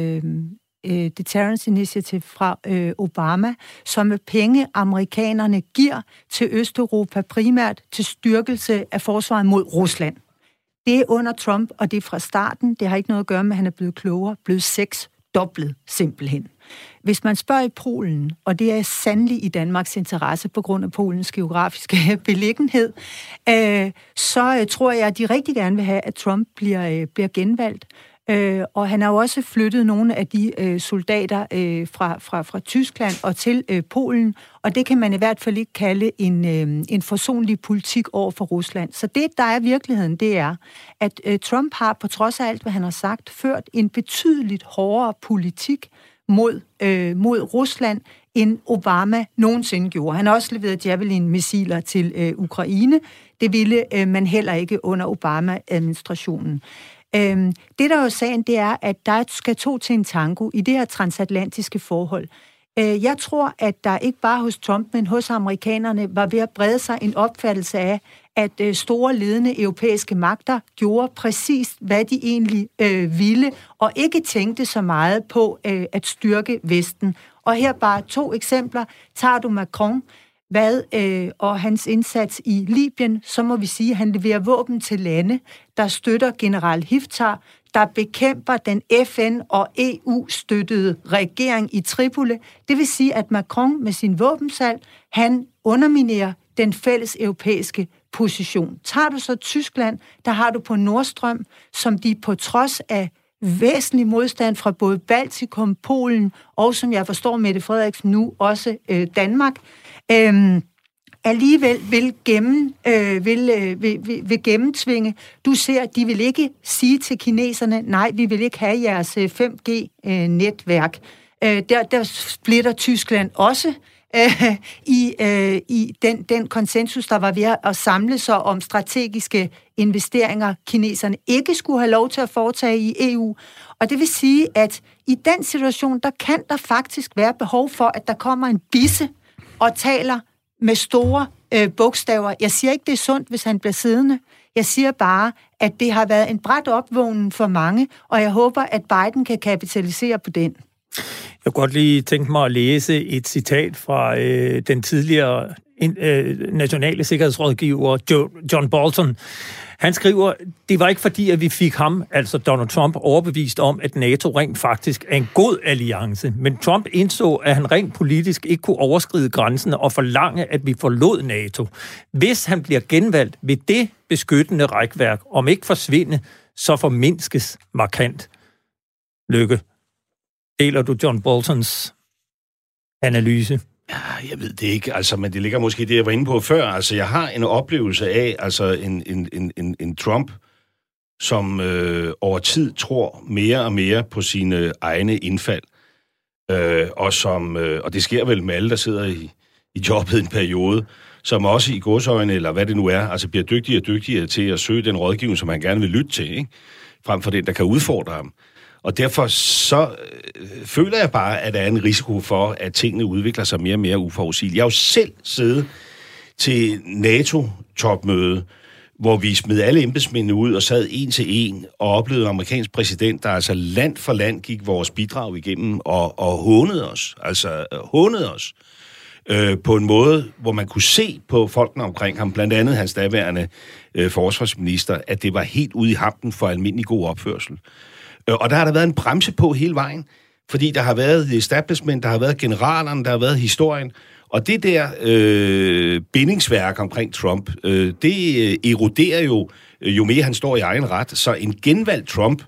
Deterrence Initiative fra Obama, som er penge, amerikanerne giver til Østeuropa, primært til styrkelse af forsvaret mod Rusland. Det er under Trump, og det er fra starten. Det har ikke noget at gøre med, at han er blevet klogere, blevet 6-doblet simpelthen. Hvis man spørger i Polen, og det er sandelig i Danmarks interesse på grund af Polens geografiske beliggenhed, så tror jeg, at de rigtig gerne vil have, at Trump bliver genvalgt. Og han har jo også flyttet nogle af de soldater fra Tyskland og til Polen, og det kan man i hvert fald ikke kalde en forsonlig politik over for Rusland. Så det, der er virkeligheden, det er, at Trump har, på trods af alt, hvad han har sagt, ført en betydeligt hårdere politik mod Rusland, end Obama nogensinde gjorde. Han har også leveret Javelin-missiler til Ukraine. Det ville man heller ikke under Obama-administrationen. Det, der jo sagen, det er, at der skal to til en tango i det her transatlantiske forhold. Jeg tror, at der ikke bare hos Trump, men hos amerikanerne var ved at brede sig en opfattelse af, at store ledende europæiske magter gjorde præcis, hvad de egentlig ville, og ikke tænkte så meget på at styrke Vesten. Og her bare 2 eksempler. Tager du Macron og hans indsats i Libyen, så må vi sige, at han leverer våben til lande, der støtter general Haftar, der bekæmper den FN- og EU-støttede regering i Tripoli. Det vil sige, at Macron med sin våbensalg, han underminerer den fælles europæiske position. Tager du så Tyskland, der har du på Nordstrøm, som de på trods af væsentlig modstand fra både Baltikum, Polen og, som jeg forstår, Mette Frederiksen nu også Danmark, alligevel vil gennemtvinge. Du ser, de vil ikke sige til kineserne, nej, vi vil ikke have jeres 5G-netværk. Der splitter Tyskland også i den konsensus, der var ved at samle sig om strategiske investeringer, kineserne ikke skulle have lov til at foretage i EU. Og det vil sige, at i den situation, der kan der faktisk være behov for, at der kommer en bisse og taler med store bogstaver. Jeg siger ikke, det er sundt, hvis han bliver siddende. Jeg siger bare, at det har været en brat opvågning for mange, og jeg håber, at Biden kan kapitalisere på den. Jeg kunne godt lige tænke mig at læse et citat fra den tidligere nationale sikkerhedsrådgiver John Bolton. Han skriver, det var ikke fordi, at vi fik ham, altså Donald Trump, overbevist om, at NATO rent faktisk er en god alliance. Men Trump indså, at han rent politisk ikke kunne overskride grænsen og forlange, at vi forlod NATO. Hvis han bliver genvalgt, vil det beskyttende rækværk, om ikke forsvinde, så formindskes markant. Lykke. Deler du John Boltons analyse? Ja, jeg ved det ikke, altså, men det ligger måske det, jeg var inde på før. Altså, jeg har en oplevelse af, altså, en Trump, som over tid tror mere og mere på sine egne indfald. Og det sker vel med alle, der sidder i jobbet en periode, som også i godsøjne, eller hvad det nu er, altså bliver dygtigere og dygtigere til at søge den rådgivning, som han gerne vil lytte til, ikke? Frem for den, der kan udfordre ham. Og derfor så føler jeg bare, at der er en risiko for, at tingene udvikler sig mere og mere uforudsigeligt. Jeg har jo selv siddet til NATO-topmøde, hvor vi smed alle embedsmændene ud og sad en til en og oplevede en amerikansk præsident, der altså land for land gik vores bidrag igennem og hånede os. På en måde, hvor man kunne se på folkene omkring ham, blandt andet hans daværende forsvarsminister, at det var helt ude i hampen for almindelig god opførsel. Og der har der været en bremse på hele vejen, fordi der har været establishment, der har været generalerne, der har været historien, og det der bindingsværk omkring Trump, det eroderer jo mere han står i egen ret. Så en genvalgt Trump,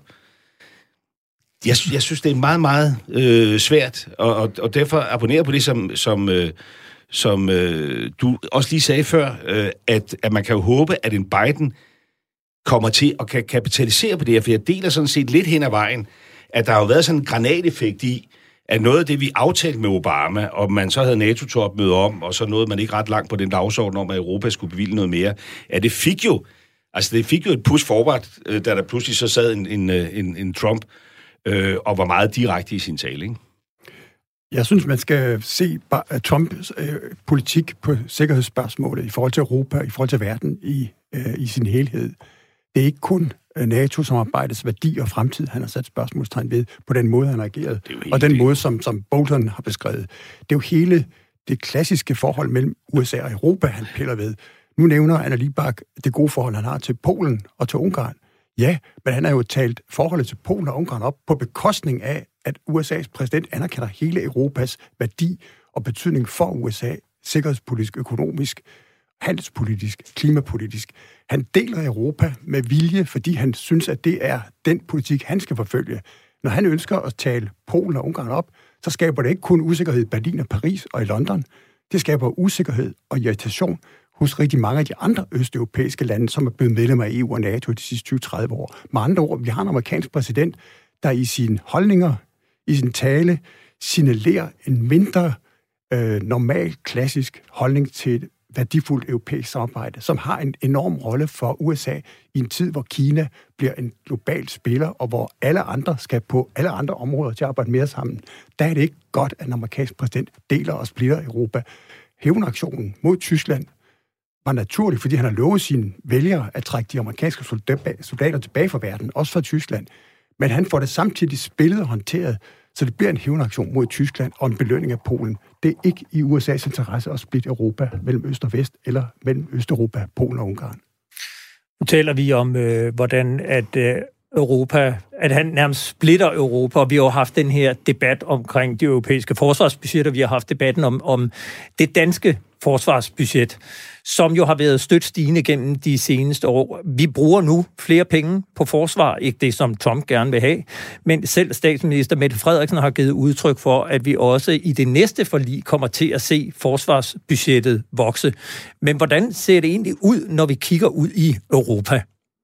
jeg synes, det er meget, meget svært, og derfor abonnerer på det, som du også lige sagde før, at man kan jo håbe, at en Biden kommer til at kan kapitalisere på det her, for jeg deler sådan set lidt hen ad vejen, at der har jo været sådan en granateffekt i, at noget af det, vi aftalte med Obama, og man så havde NATO-topmøde om, og så nåede man ikke ret langt på den dagsorden om, at Europa skulle bevilge noget mere, at det fik jo et push forward, da der pludselig så sad en Trump, og var meget direkte i sin tale, ikke? Jeg synes, man skal se Trumps politik på sikkerhedsspørgsmålet i forhold til Europa, i forhold til verden i sin helhed. Det er ikke kun NATO-samarbejdets værdi og fremtid, han har sat spørgsmålstegn ved, på den måde, han har ageret, og den måde, som Bolton har beskrevet. Det er jo hele det klassiske forhold mellem USA og Europa, han piller ved. Nu nævner Anna Libak det gode forhold, han har til Polen og til Ungarn. Ja, men han har jo talt forholdet til Polen og Ungarn op på bekostning af, at USA's præsident anerkender hele Europas værdi og betydning for USA, sikkerhedspolitisk, økonomisk. handelspolitisk, klimapolitisk. Han deler Europa med vilje, fordi han synes, at det er den politik, han skal forfølge. Når han ønsker at tale Polen og Ungarn op, så skaber det ikke kun usikkerhed i Berlin og Paris og i London. Det skaber usikkerhed og irritation hos rigtig mange af de andre østeuropæiske lande, som er blevet medlemmer af EU og NATO de sidste 20-30 år. Med andre ord, vi har en amerikansk præsident, der i sine holdninger, i sin tale, signalerer en mindre normal, klassisk holdning til et værdifuldt europæisk samarbejde, som har en enorm rolle for USA i en tid, hvor Kina bliver en global spiller, og hvor alle andre skal på alle andre områder til at arbejde mere sammen. Der er det ikke godt, at en amerikansk præsident deler og splitter Europa. Hævnaktionen mod Tyskland var naturlig, fordi han har lovet sine vælgere at trække de amerikanske soldater tilbage fra verden, også fra Tyskland. Men han får det samtidig spillet og håndteret, så det bliver en hævnaktion mod Tyskland og en belønning af Polen. Det er ikke i USA's interesse at splitte Europa mellem øst og vest, eller mellem Østeuropa, Polen og Ungarn. Nu taler vi om, hvordan at han nærmest splitter Europa, og vi har jo haft den her debat omkring de europæiske forsvarsbudgetter, vi har haft debatten om det danske forsvarsbudget, som jo har været stødt stigende gennem de seneste år. Vi bruger nu flere penge på forsvar, ikke det, som Trump gerne vil have, men selv statsminister Mette Frederiksen har givet udtryk for, at vi også i det næste forlig kommer til at se forsvarsbudgettet vokse. Men hvordan ser det egentlig ud, når vi kigger ud i Europa?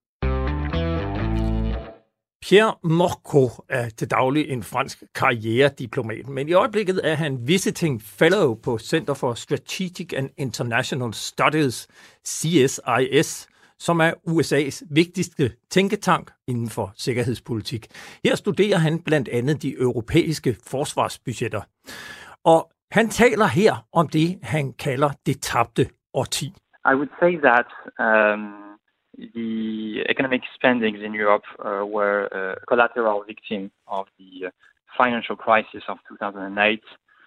Pierre Morcot er til daglig en fransk karrierediplomat, men i øjeblikket er han visiting fellow på Center for Strategic and International Studies, CSIS, som er USA's vigtigste tænketank inden for sikkerhedspolitik. Her studerer han blandt andet de europæiske forsvarsbudgetter. Og han taler her om det, han kalder det tabte årti. I would say that the economic spendings in Europe were a collateral victim of the financial crisis of 2008.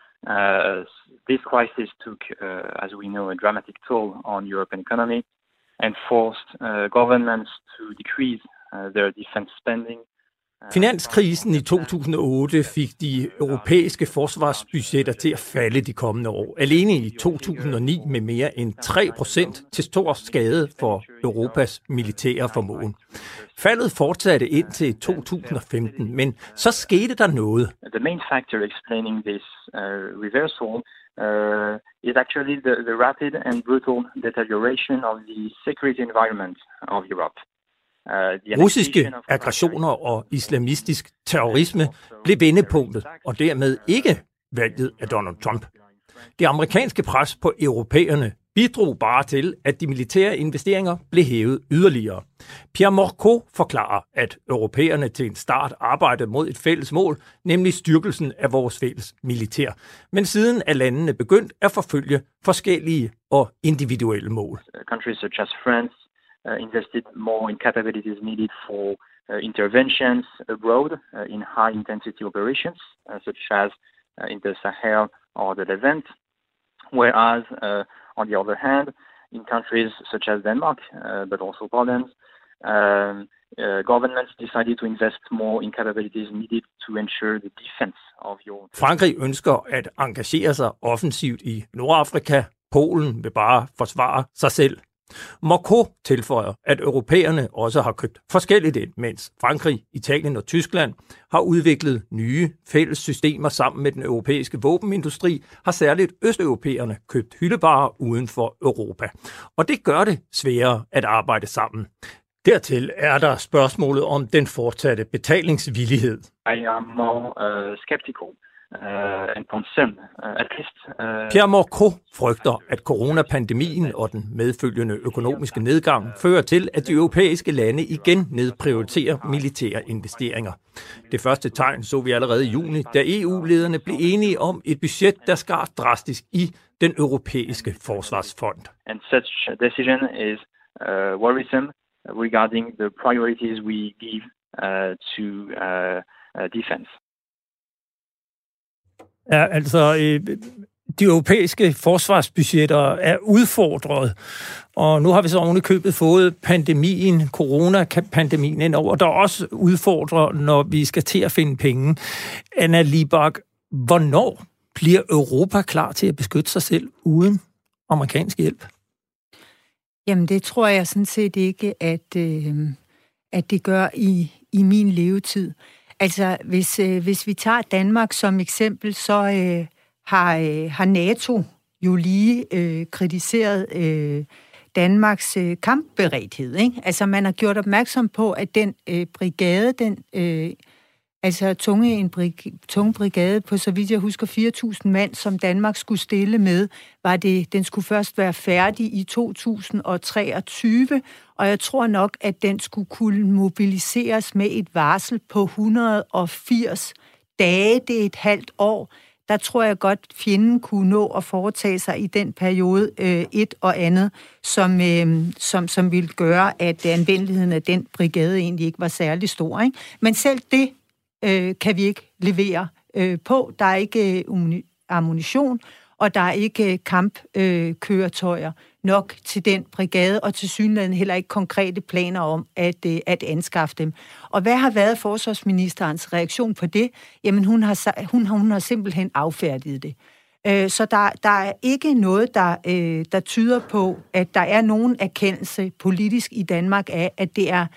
This crisis took, as we know, a dramatic toll on European economy and forced governments to decrease their defense spending. Finanskrisen i 2008 fik de europæiske forsvarsbudgetter til at falde de kommende år. Alene i 2009 med mere end 3% til stor skade for Europas militære formåen. Faldet fortsatte indtil 2015, men så skete der noget. The main factor explaining this reversal is actually the rapid and brutal deterioration of the security environment of Europe. Russiske aggressioner og islamistisk terrorisme blev vendepunktet, og dermed ikke valget af Donald Trump. Det amerikanske pres på europæerne bidrog bare til, at de militære investeringer blev hævet yderligere. Pierre Morcot forklarer, at europæerne til en start arbejdede mod et fælles mål, nemlig styrkelsen af vores fælles militær. Men siden er landene begyndt at forfølge forskellige og individuelle mål. Countries such as France invested more in capabilities needed for interventions abroad in high-intensity operations, such as in the Sahel or the Levant, whereas, on the other hand, in countries such as Denmark, but also Poland, governments decided to invest more in capabilities needed to ensure the defense of your... Frankrig ønsker at engagere sig offensivt i Nordafrika. Polen vil bare forsvare sig selv. Morcot tilføjer, at europæerne også har købt forskelligt ind, mens Frankrig, Italien og Tyskland har udviklet nye fælles systemer sammen med den europæiske våbenindustri, har særligt østeuropæerne købt hyldevarer uden for Europa. Og det gør det sværere at arbejde sammen. Dertil er der spørgsmålet om den fortsatte betalingsvillighed. I am more skeptical. Pierre Morcot frygter, at coronapandemien og den medfølgende økonomiske nedgang fører til, at de europæiske lande igen nedprioriterer militære investeringer. Det første tegn så vi allerede i juni, da EU-lederne blev enige om et budget, der skar drastisk i den europæiske forsvarsfond. And such a decision is worrisome regarding the priorities we give to defense. Ja, altså, de europæiske forsvarsbudgetter er udfordret, og nu har vi så ovenikøbet fået pandemien, coronapandemien indover, der også udfordrer, når vi skal til at finde penge. Anna Libak, hvornår bliver Europa klar til at beskytte sig selv uden amerikansk hjælp? Jamen, det tror jeg sådan set ikke, at det gør i min levetid. Altså, hvis vi tager Danmark som eksempel, så har NATO jo lige kritiseret Danmarks kampberedthed, ikke? Altså, man har gjort opmærksom på, at den brigade, tunge brigade på, så vidt jeg husker, 4.000 mand, som Danmark skulle stille med, den skulle først være færdig i 2023, og jeg tror nok, at den skulle kunne mobiliseres med et varsel på 180 dage, det er et halvt år. Der tror jeg godt, fjenden kunne nå at foretage sig i den periode et og andet, som ville gøre, at anvendeligheden af den brigade egentlig ikke var særlig stor, ikke? Men selv det kan vi ikke levere på. Der er ikke ammunition, og der er ikke kampkøretøjer nok til den brigade, og tilsyneladende heller ikke konkrete planer om at anskaffe dem. Og hvad har været forsvarsministerens reaktion på det? Jamen, hun har simpelthen affærdiget det. Så der er ikke noget, der tyder på, at der er nogen erkendelse politisk i Danmark af, at det er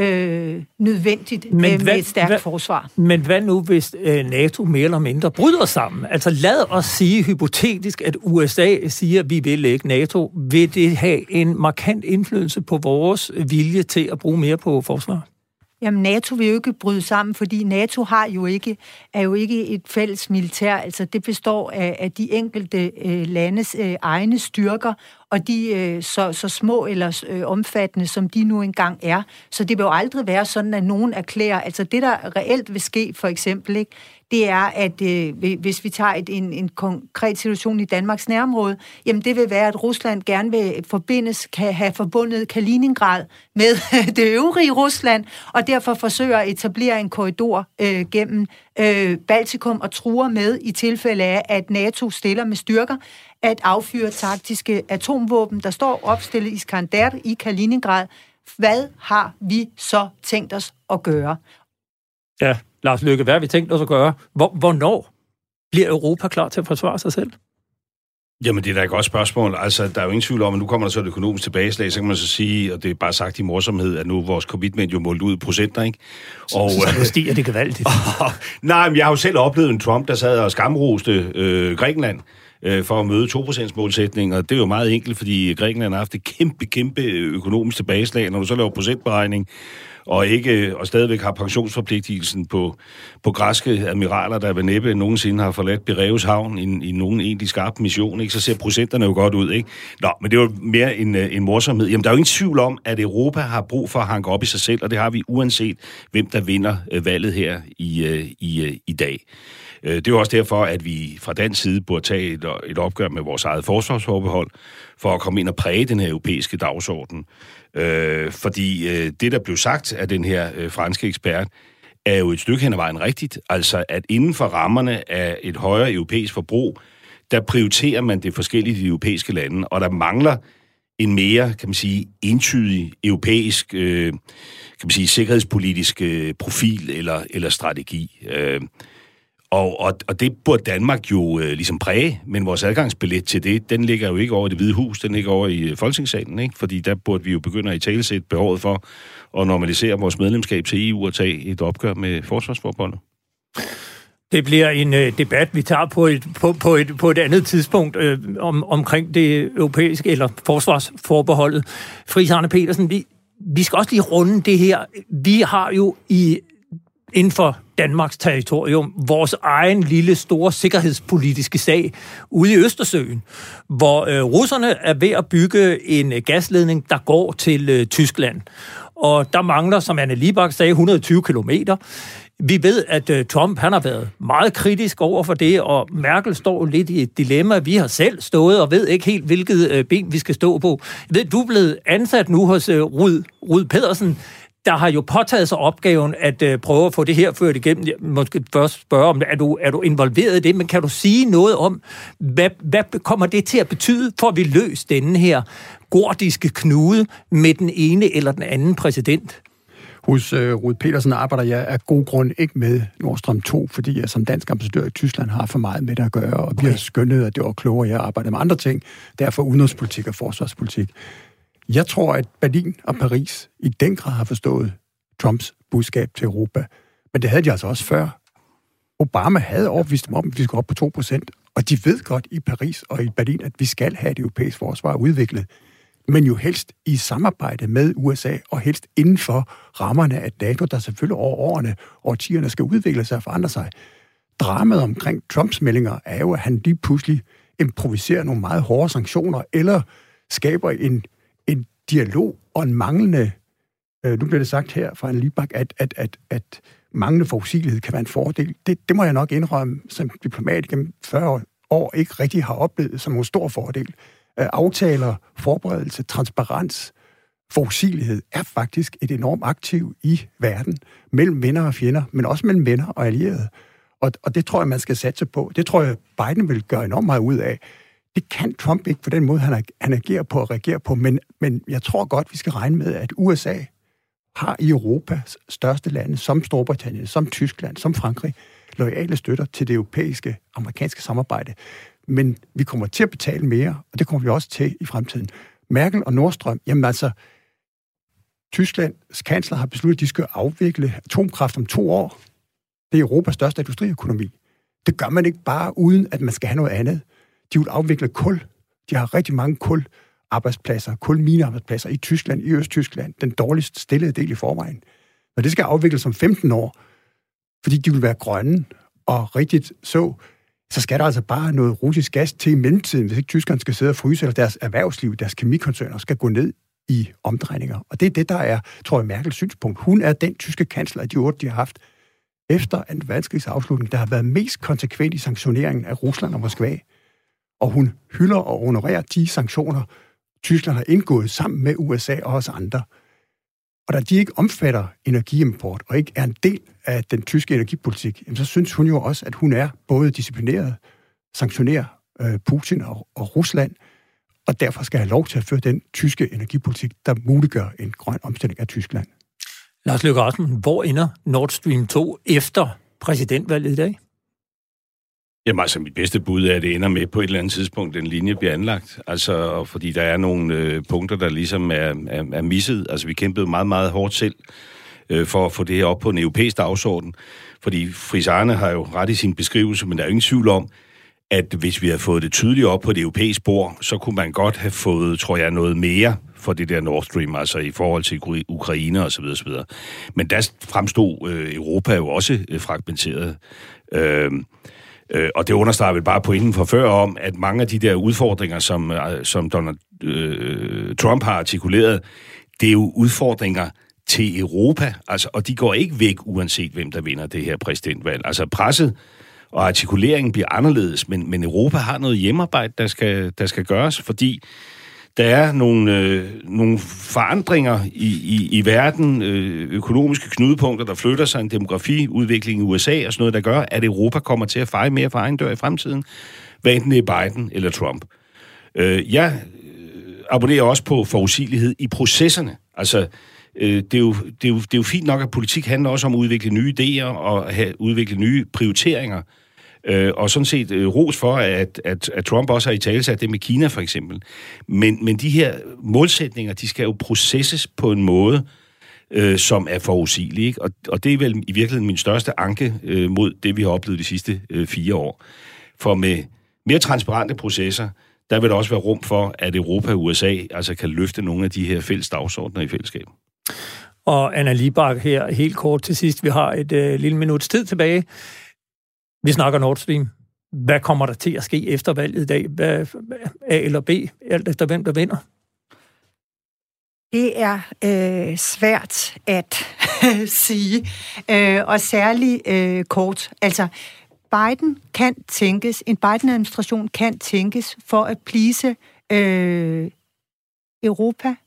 nødvendigt med et stærkt forsvar. Men hvad nu, hvis NATO mere eller mindre bryder sammen? Altså lad os sige hypotetisk, at USA siger, at vi vil ikke NATO. Vil det have en markant indflydelse på vores vilje til at bruge mere på forsvar? Jamen, NATO vil jo ikke bryde sammen, fordi NATO er jo ikke et fælles militær. Altså, det består af de enkelte landes egne styrker, og de så små eller omfattende, som de nu engang er. Så det vil jo aldrig være sådan, at nogen erklærer, altså det, der reelt vil ske, for eksempel, ikke, det er, at hvis vi tager en konkret situation i Danmarks nærområde, jamen det vil være, at Rusland gerne vil have forbundet Kaliningrad med det øvrige Rusland, og derfor forsøger at etablere en korridor gennem Baltikum og truer med, i tilfælde af, at NATO stiller med styrker, at affyre taktiske atomvåben, der står opstillet i Iskander i Kaliningrad. Hvad har vi så tænkt os at gøre? Ja, Lars Løkke, hvad har vi tænkt os at gøre? Hvornår bliver Europa klar til at forsvare sig selv? Jamen, det er da et godt spørgsmål. Altså, der er jo ingen tvivl om, at nu kommer der så et økonomisk tilbageslag, så kan man så sige, og det er bare sagt i morsomhed, at nu er vores commitment jo målt ud i procenter, ikke? Og så stiger det gevaldigt. Nej, men jeg har jo selv oplevet en Trump, der sad og skamroste Grækenland for at møde 2%-målsætningen, og det er jo meget enkelt, fordi Grækenland har haft et kæmpe økonomisk tilbageslag, når du så laver procentberegning, og stadigvæk har pensionsforpligtelsen på græske admiraler, der ved næppe nogensinde har forladt Piræus havn i nogen egentlig skarp mission, ikke? Så ser procenterne jo godt ud, ikke? Nå, men det var mere en morsomhed. Jamen, der er jo ingen tvivl om, at Europa har brug for at hanke op i sig selv, og det har vi uanset, hvem der vinder valget her i dag. Det er jo også derfor, at vi fra dansk side burde tage et opgør med vores eget forsvarsforbehold, for at komme ind og præge den her europæiske dagsorden. Fordi det, der blev sagt af den her franske ekspert, er jo et stykke hen ad vejen rigtigt. Altså, at inden for rammerne af et højere europæisk forbrug, der prioriterer man det forskellige i de europæiske lande, og der mangler en mere, kan man sige, entydig europæisk, kan man sige, sikkerhedspolitisk profil eller strategi. Og det burde Danmark jo ligesom præge, men vores adgangsbillet til det, den ligger jo ikke over Det Hvide Hus, den ligger over i Folketingssalen, ikke? Fordi der burde vi jo begynde at italesætte behovet for at normalisere vores medlemskab til EU og tage et opgør med forsvarsforbeholdet. Det bliver en debat, vi tager på et andet tidspunkt omkring det europæiske eller forsvarsforbeholdet. Friis Arne Petersen, vi skal også lige runde det her. Vi har jo inden for Danmarks territorium vores egen lille, store sikkerhedspolitiske sag ude i Østersøen, hvor russerne er ved at bygge en gasledning, der går til Tyskland. Og der mangler, som Anne Libak sagde, 120 kilometer. Vi ved, at Trump han har været meget kritisk over for det, og Merkel står lidt i et dilemma. Vi har selv stået og ved ikke helt, hvilket ben vi skal stå på. Jeg ved, du er blevet ansat nu hos Rud Pedersen, der har jo påtaget sig opgaven at prøve at få det her ført igennem. Jeg måske først spørge om, er du involveret i det, men kan du sige noget om, hvad kommer det til at betyde, for at vi løser denne her gordiske knude med den ene eller den anden præsident? Hos Rud Petersen arbejder jeg af god grund ikke med Nord Stream 2, fordi jeg som dansk ambassadør i Tyskland har for meget med det at gøre, og vi har skønnet, at det var klogere, at jeg arbejder med andre ting, derfor udenrigspolitik og forsvarspolitik. Jeg tror, at Berlin og Paris i den grad har forstået Trumps budskab til Europa. Men det havde de altså også før. Obama havde overbevist dem om, at vi skulle op på 2%, og de ved godt i Paris og i Berlin, at vi skal have et europæisk forsvar udviklet, men jo helst i samarbejde med USA, og helst inden for rammerne af NATO, der selvfølgelig over årene og årtierne skal udvikle sig og forandre sig. Dramaet omkring Trumps meldinger er jo, at han lige pludselig improviserer nogle meget hårde sanktioner, eller skaber en dialog og en manglende, nu bliver det sagt her fra en Libak, at manglende forudsigelighed kan være en fordel. Det må jeg nok indrømme, som diplomat gennem 40 år ikke rigtig har oplevet som en stor fordel. Aftaler, forberedelse, transparens, forudsigelighed er faktisk et enormt aktiv i verden, mellem venner og fjender, men også mellem venner og allierede. Og det tror jeg, man skal satse på. Det tror jeg, Biden vil gøre enormt meget ud af. Det kan Trump ikke på den måde, han agerer på og reagerer på, men jeg tror godt, vi skal regne med, at USA har i Europas største lande, som Storbritannien, som Tyskland, som Frankrig, loyale støtter til det europæiske, amerikanske samarbejde. Men vi kommer til at betale mere, og det kommer vi også til i fremtiden. Merkel og Nordstrøm, jamen altså, Tysklands kansler har besluttet, at de skal afvikle atomkraft om 2 år. Det er Europas største industriøkonomi. Det gør man ikke bare uden, at man skal have noget andet. De vil afvikle kul. De har rigtig mange kulminearbejdspladser i Tyskland, i Østtyskland, den dårligst stillede del i forvejen. Når det skal afvikles om 15 år, fordi de vil være grønne og rigtigt så skal der altså bare noget russisk gas til i mellemtiden, hvis ikke tyskerne skal sidde og fryse, eller deres erhvervsliv, deres kemikoncerner skal gå ned i omdrejninger. Og det er det, der er, tror jeg, Merkels synspunkt. Hun er den tyske kansler af de 8, de har haft efter en verdenskrigs afslutning, der har været mest konsekvent i sanktioneringen af Rusland og Moskva. Og hun hylder og honorerer de sanktioner, Tyskland har indgået sammen med USA og os andre. Og da de ikke omfatter energiimport og ikke er en del af den tyske energipolitik, så synes hun jo også, at hun er både disciplineret, sanktionerer Putin og Rusland, og derfor skal have lov til at føre den tyske energipolitik, der muliggør en grøn omstilling af Tyskland. Lars Løkke Rasmussen, hvor ender Nord Stream 2 efter præsidentvalget i dag? Jamen altså, mit bedste bud er, at det ender med på et eller andet tidspunkt, den linje bliver anlagt. Altså, fordi der er nogle punkter, der ligesom er misset. Altså, vi kæmpede meget, meget hårdt selv for at få det her op på en europæisk dagsorden. Fordi Friis Arne har jo ret i sin beskrivelse, men der er jo ingen tvivl om, at hvis vi havde fået det tydeligt op på det europæiske bord, så kunne man godt have fået, tror jeg, noget mere for det der Nord Stream, altså i forhold til Ukraine og så videre, så videre. Men der fremstod Europa jo også fragmenteret. Og det understreger vel bare pointen fra før om, at mange af de der udfordringer, som Donald Trump har artikuleret, det er jo udfordringer til Europa, altså, og de går ikke væk, uanset hvem der vinder det her præsidentvalg. Altså presset og artikuleringen bliver anderledes, men Europa har noget hjemmearbejde, der skal gøres, fordi der er nogle forandringer i verden, økonomiske knudepunkter, der flytter sig, en demografiudvikling i USA og sådan noget, der gør, at Europa kommer til at feje mere for egen dør i fremtiden, hvad enten det er Biden eller Trump. Jeg abonnerer også på forudsigelighed i processerne. Altså, det er jo fint nok, at politik handler også om at udvikle nye idéer og udvikle nye prioriteringer. Og sådan set ros for, at Trump også har italesat det med Kina for eksempel. Men de her målsætninger, de skal jo processes på en måde, som er forudsigelig. Ikke? Og det er vel i virkeligheden min største anke mod det, vi har oplevet de sidste 4 år. For med mere transparente processer, der vil der også være rum for, at Europa og USA altså kan løfte nogle af de her fælles dagsordner i fællesskab. Og Anna Libak her helt kort til sidst. Vi har et lille minuts tid tilbage. Vi snakker Nord Stream. Hvad kommer der til at ske efter valget i dag? Hvad, A eller B, alt efter hvem der vinder? Det er svært at sige, og særligt kort. Altså, en Biden-administration kan tænkes for at please Europa,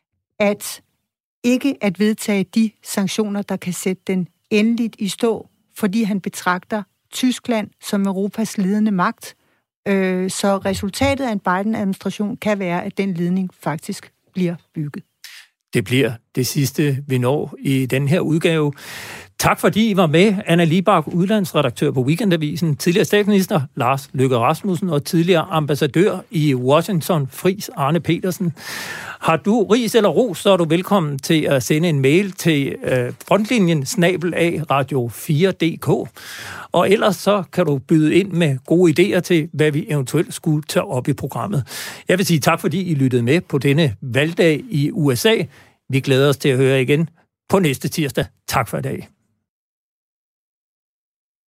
ikke at vedtage de sanktioner, der kan sætte den endeligt i stå, fordi han betragter Tyskland som Europas ledende magt. Så resultatet af en Biden-administration kan være, at den ledning faktisk bliver bygget. Det bliver det sidste, vi når i den her udgave. Tak fordi I var med. Anna Libak, udlandsredaktør på Weekendavisen, tidligere statsminister Lars Løkke Rasmussen og tidligere ambassadør i Washington, Friis Arne Petersen. Har du ris eller ros, så er du velkommen til at sende en mail til frontlinjen@radio4.dk. Og ellers så kan du byde ind med gode idéer til, hvad vi eventuelt skulle tage op i programmet. Jeg vil sige tak, fordi I lyttede med på denne valgdag i USA. Vi glæder os til at høre igen på næste tirsdag. Tak for i dag.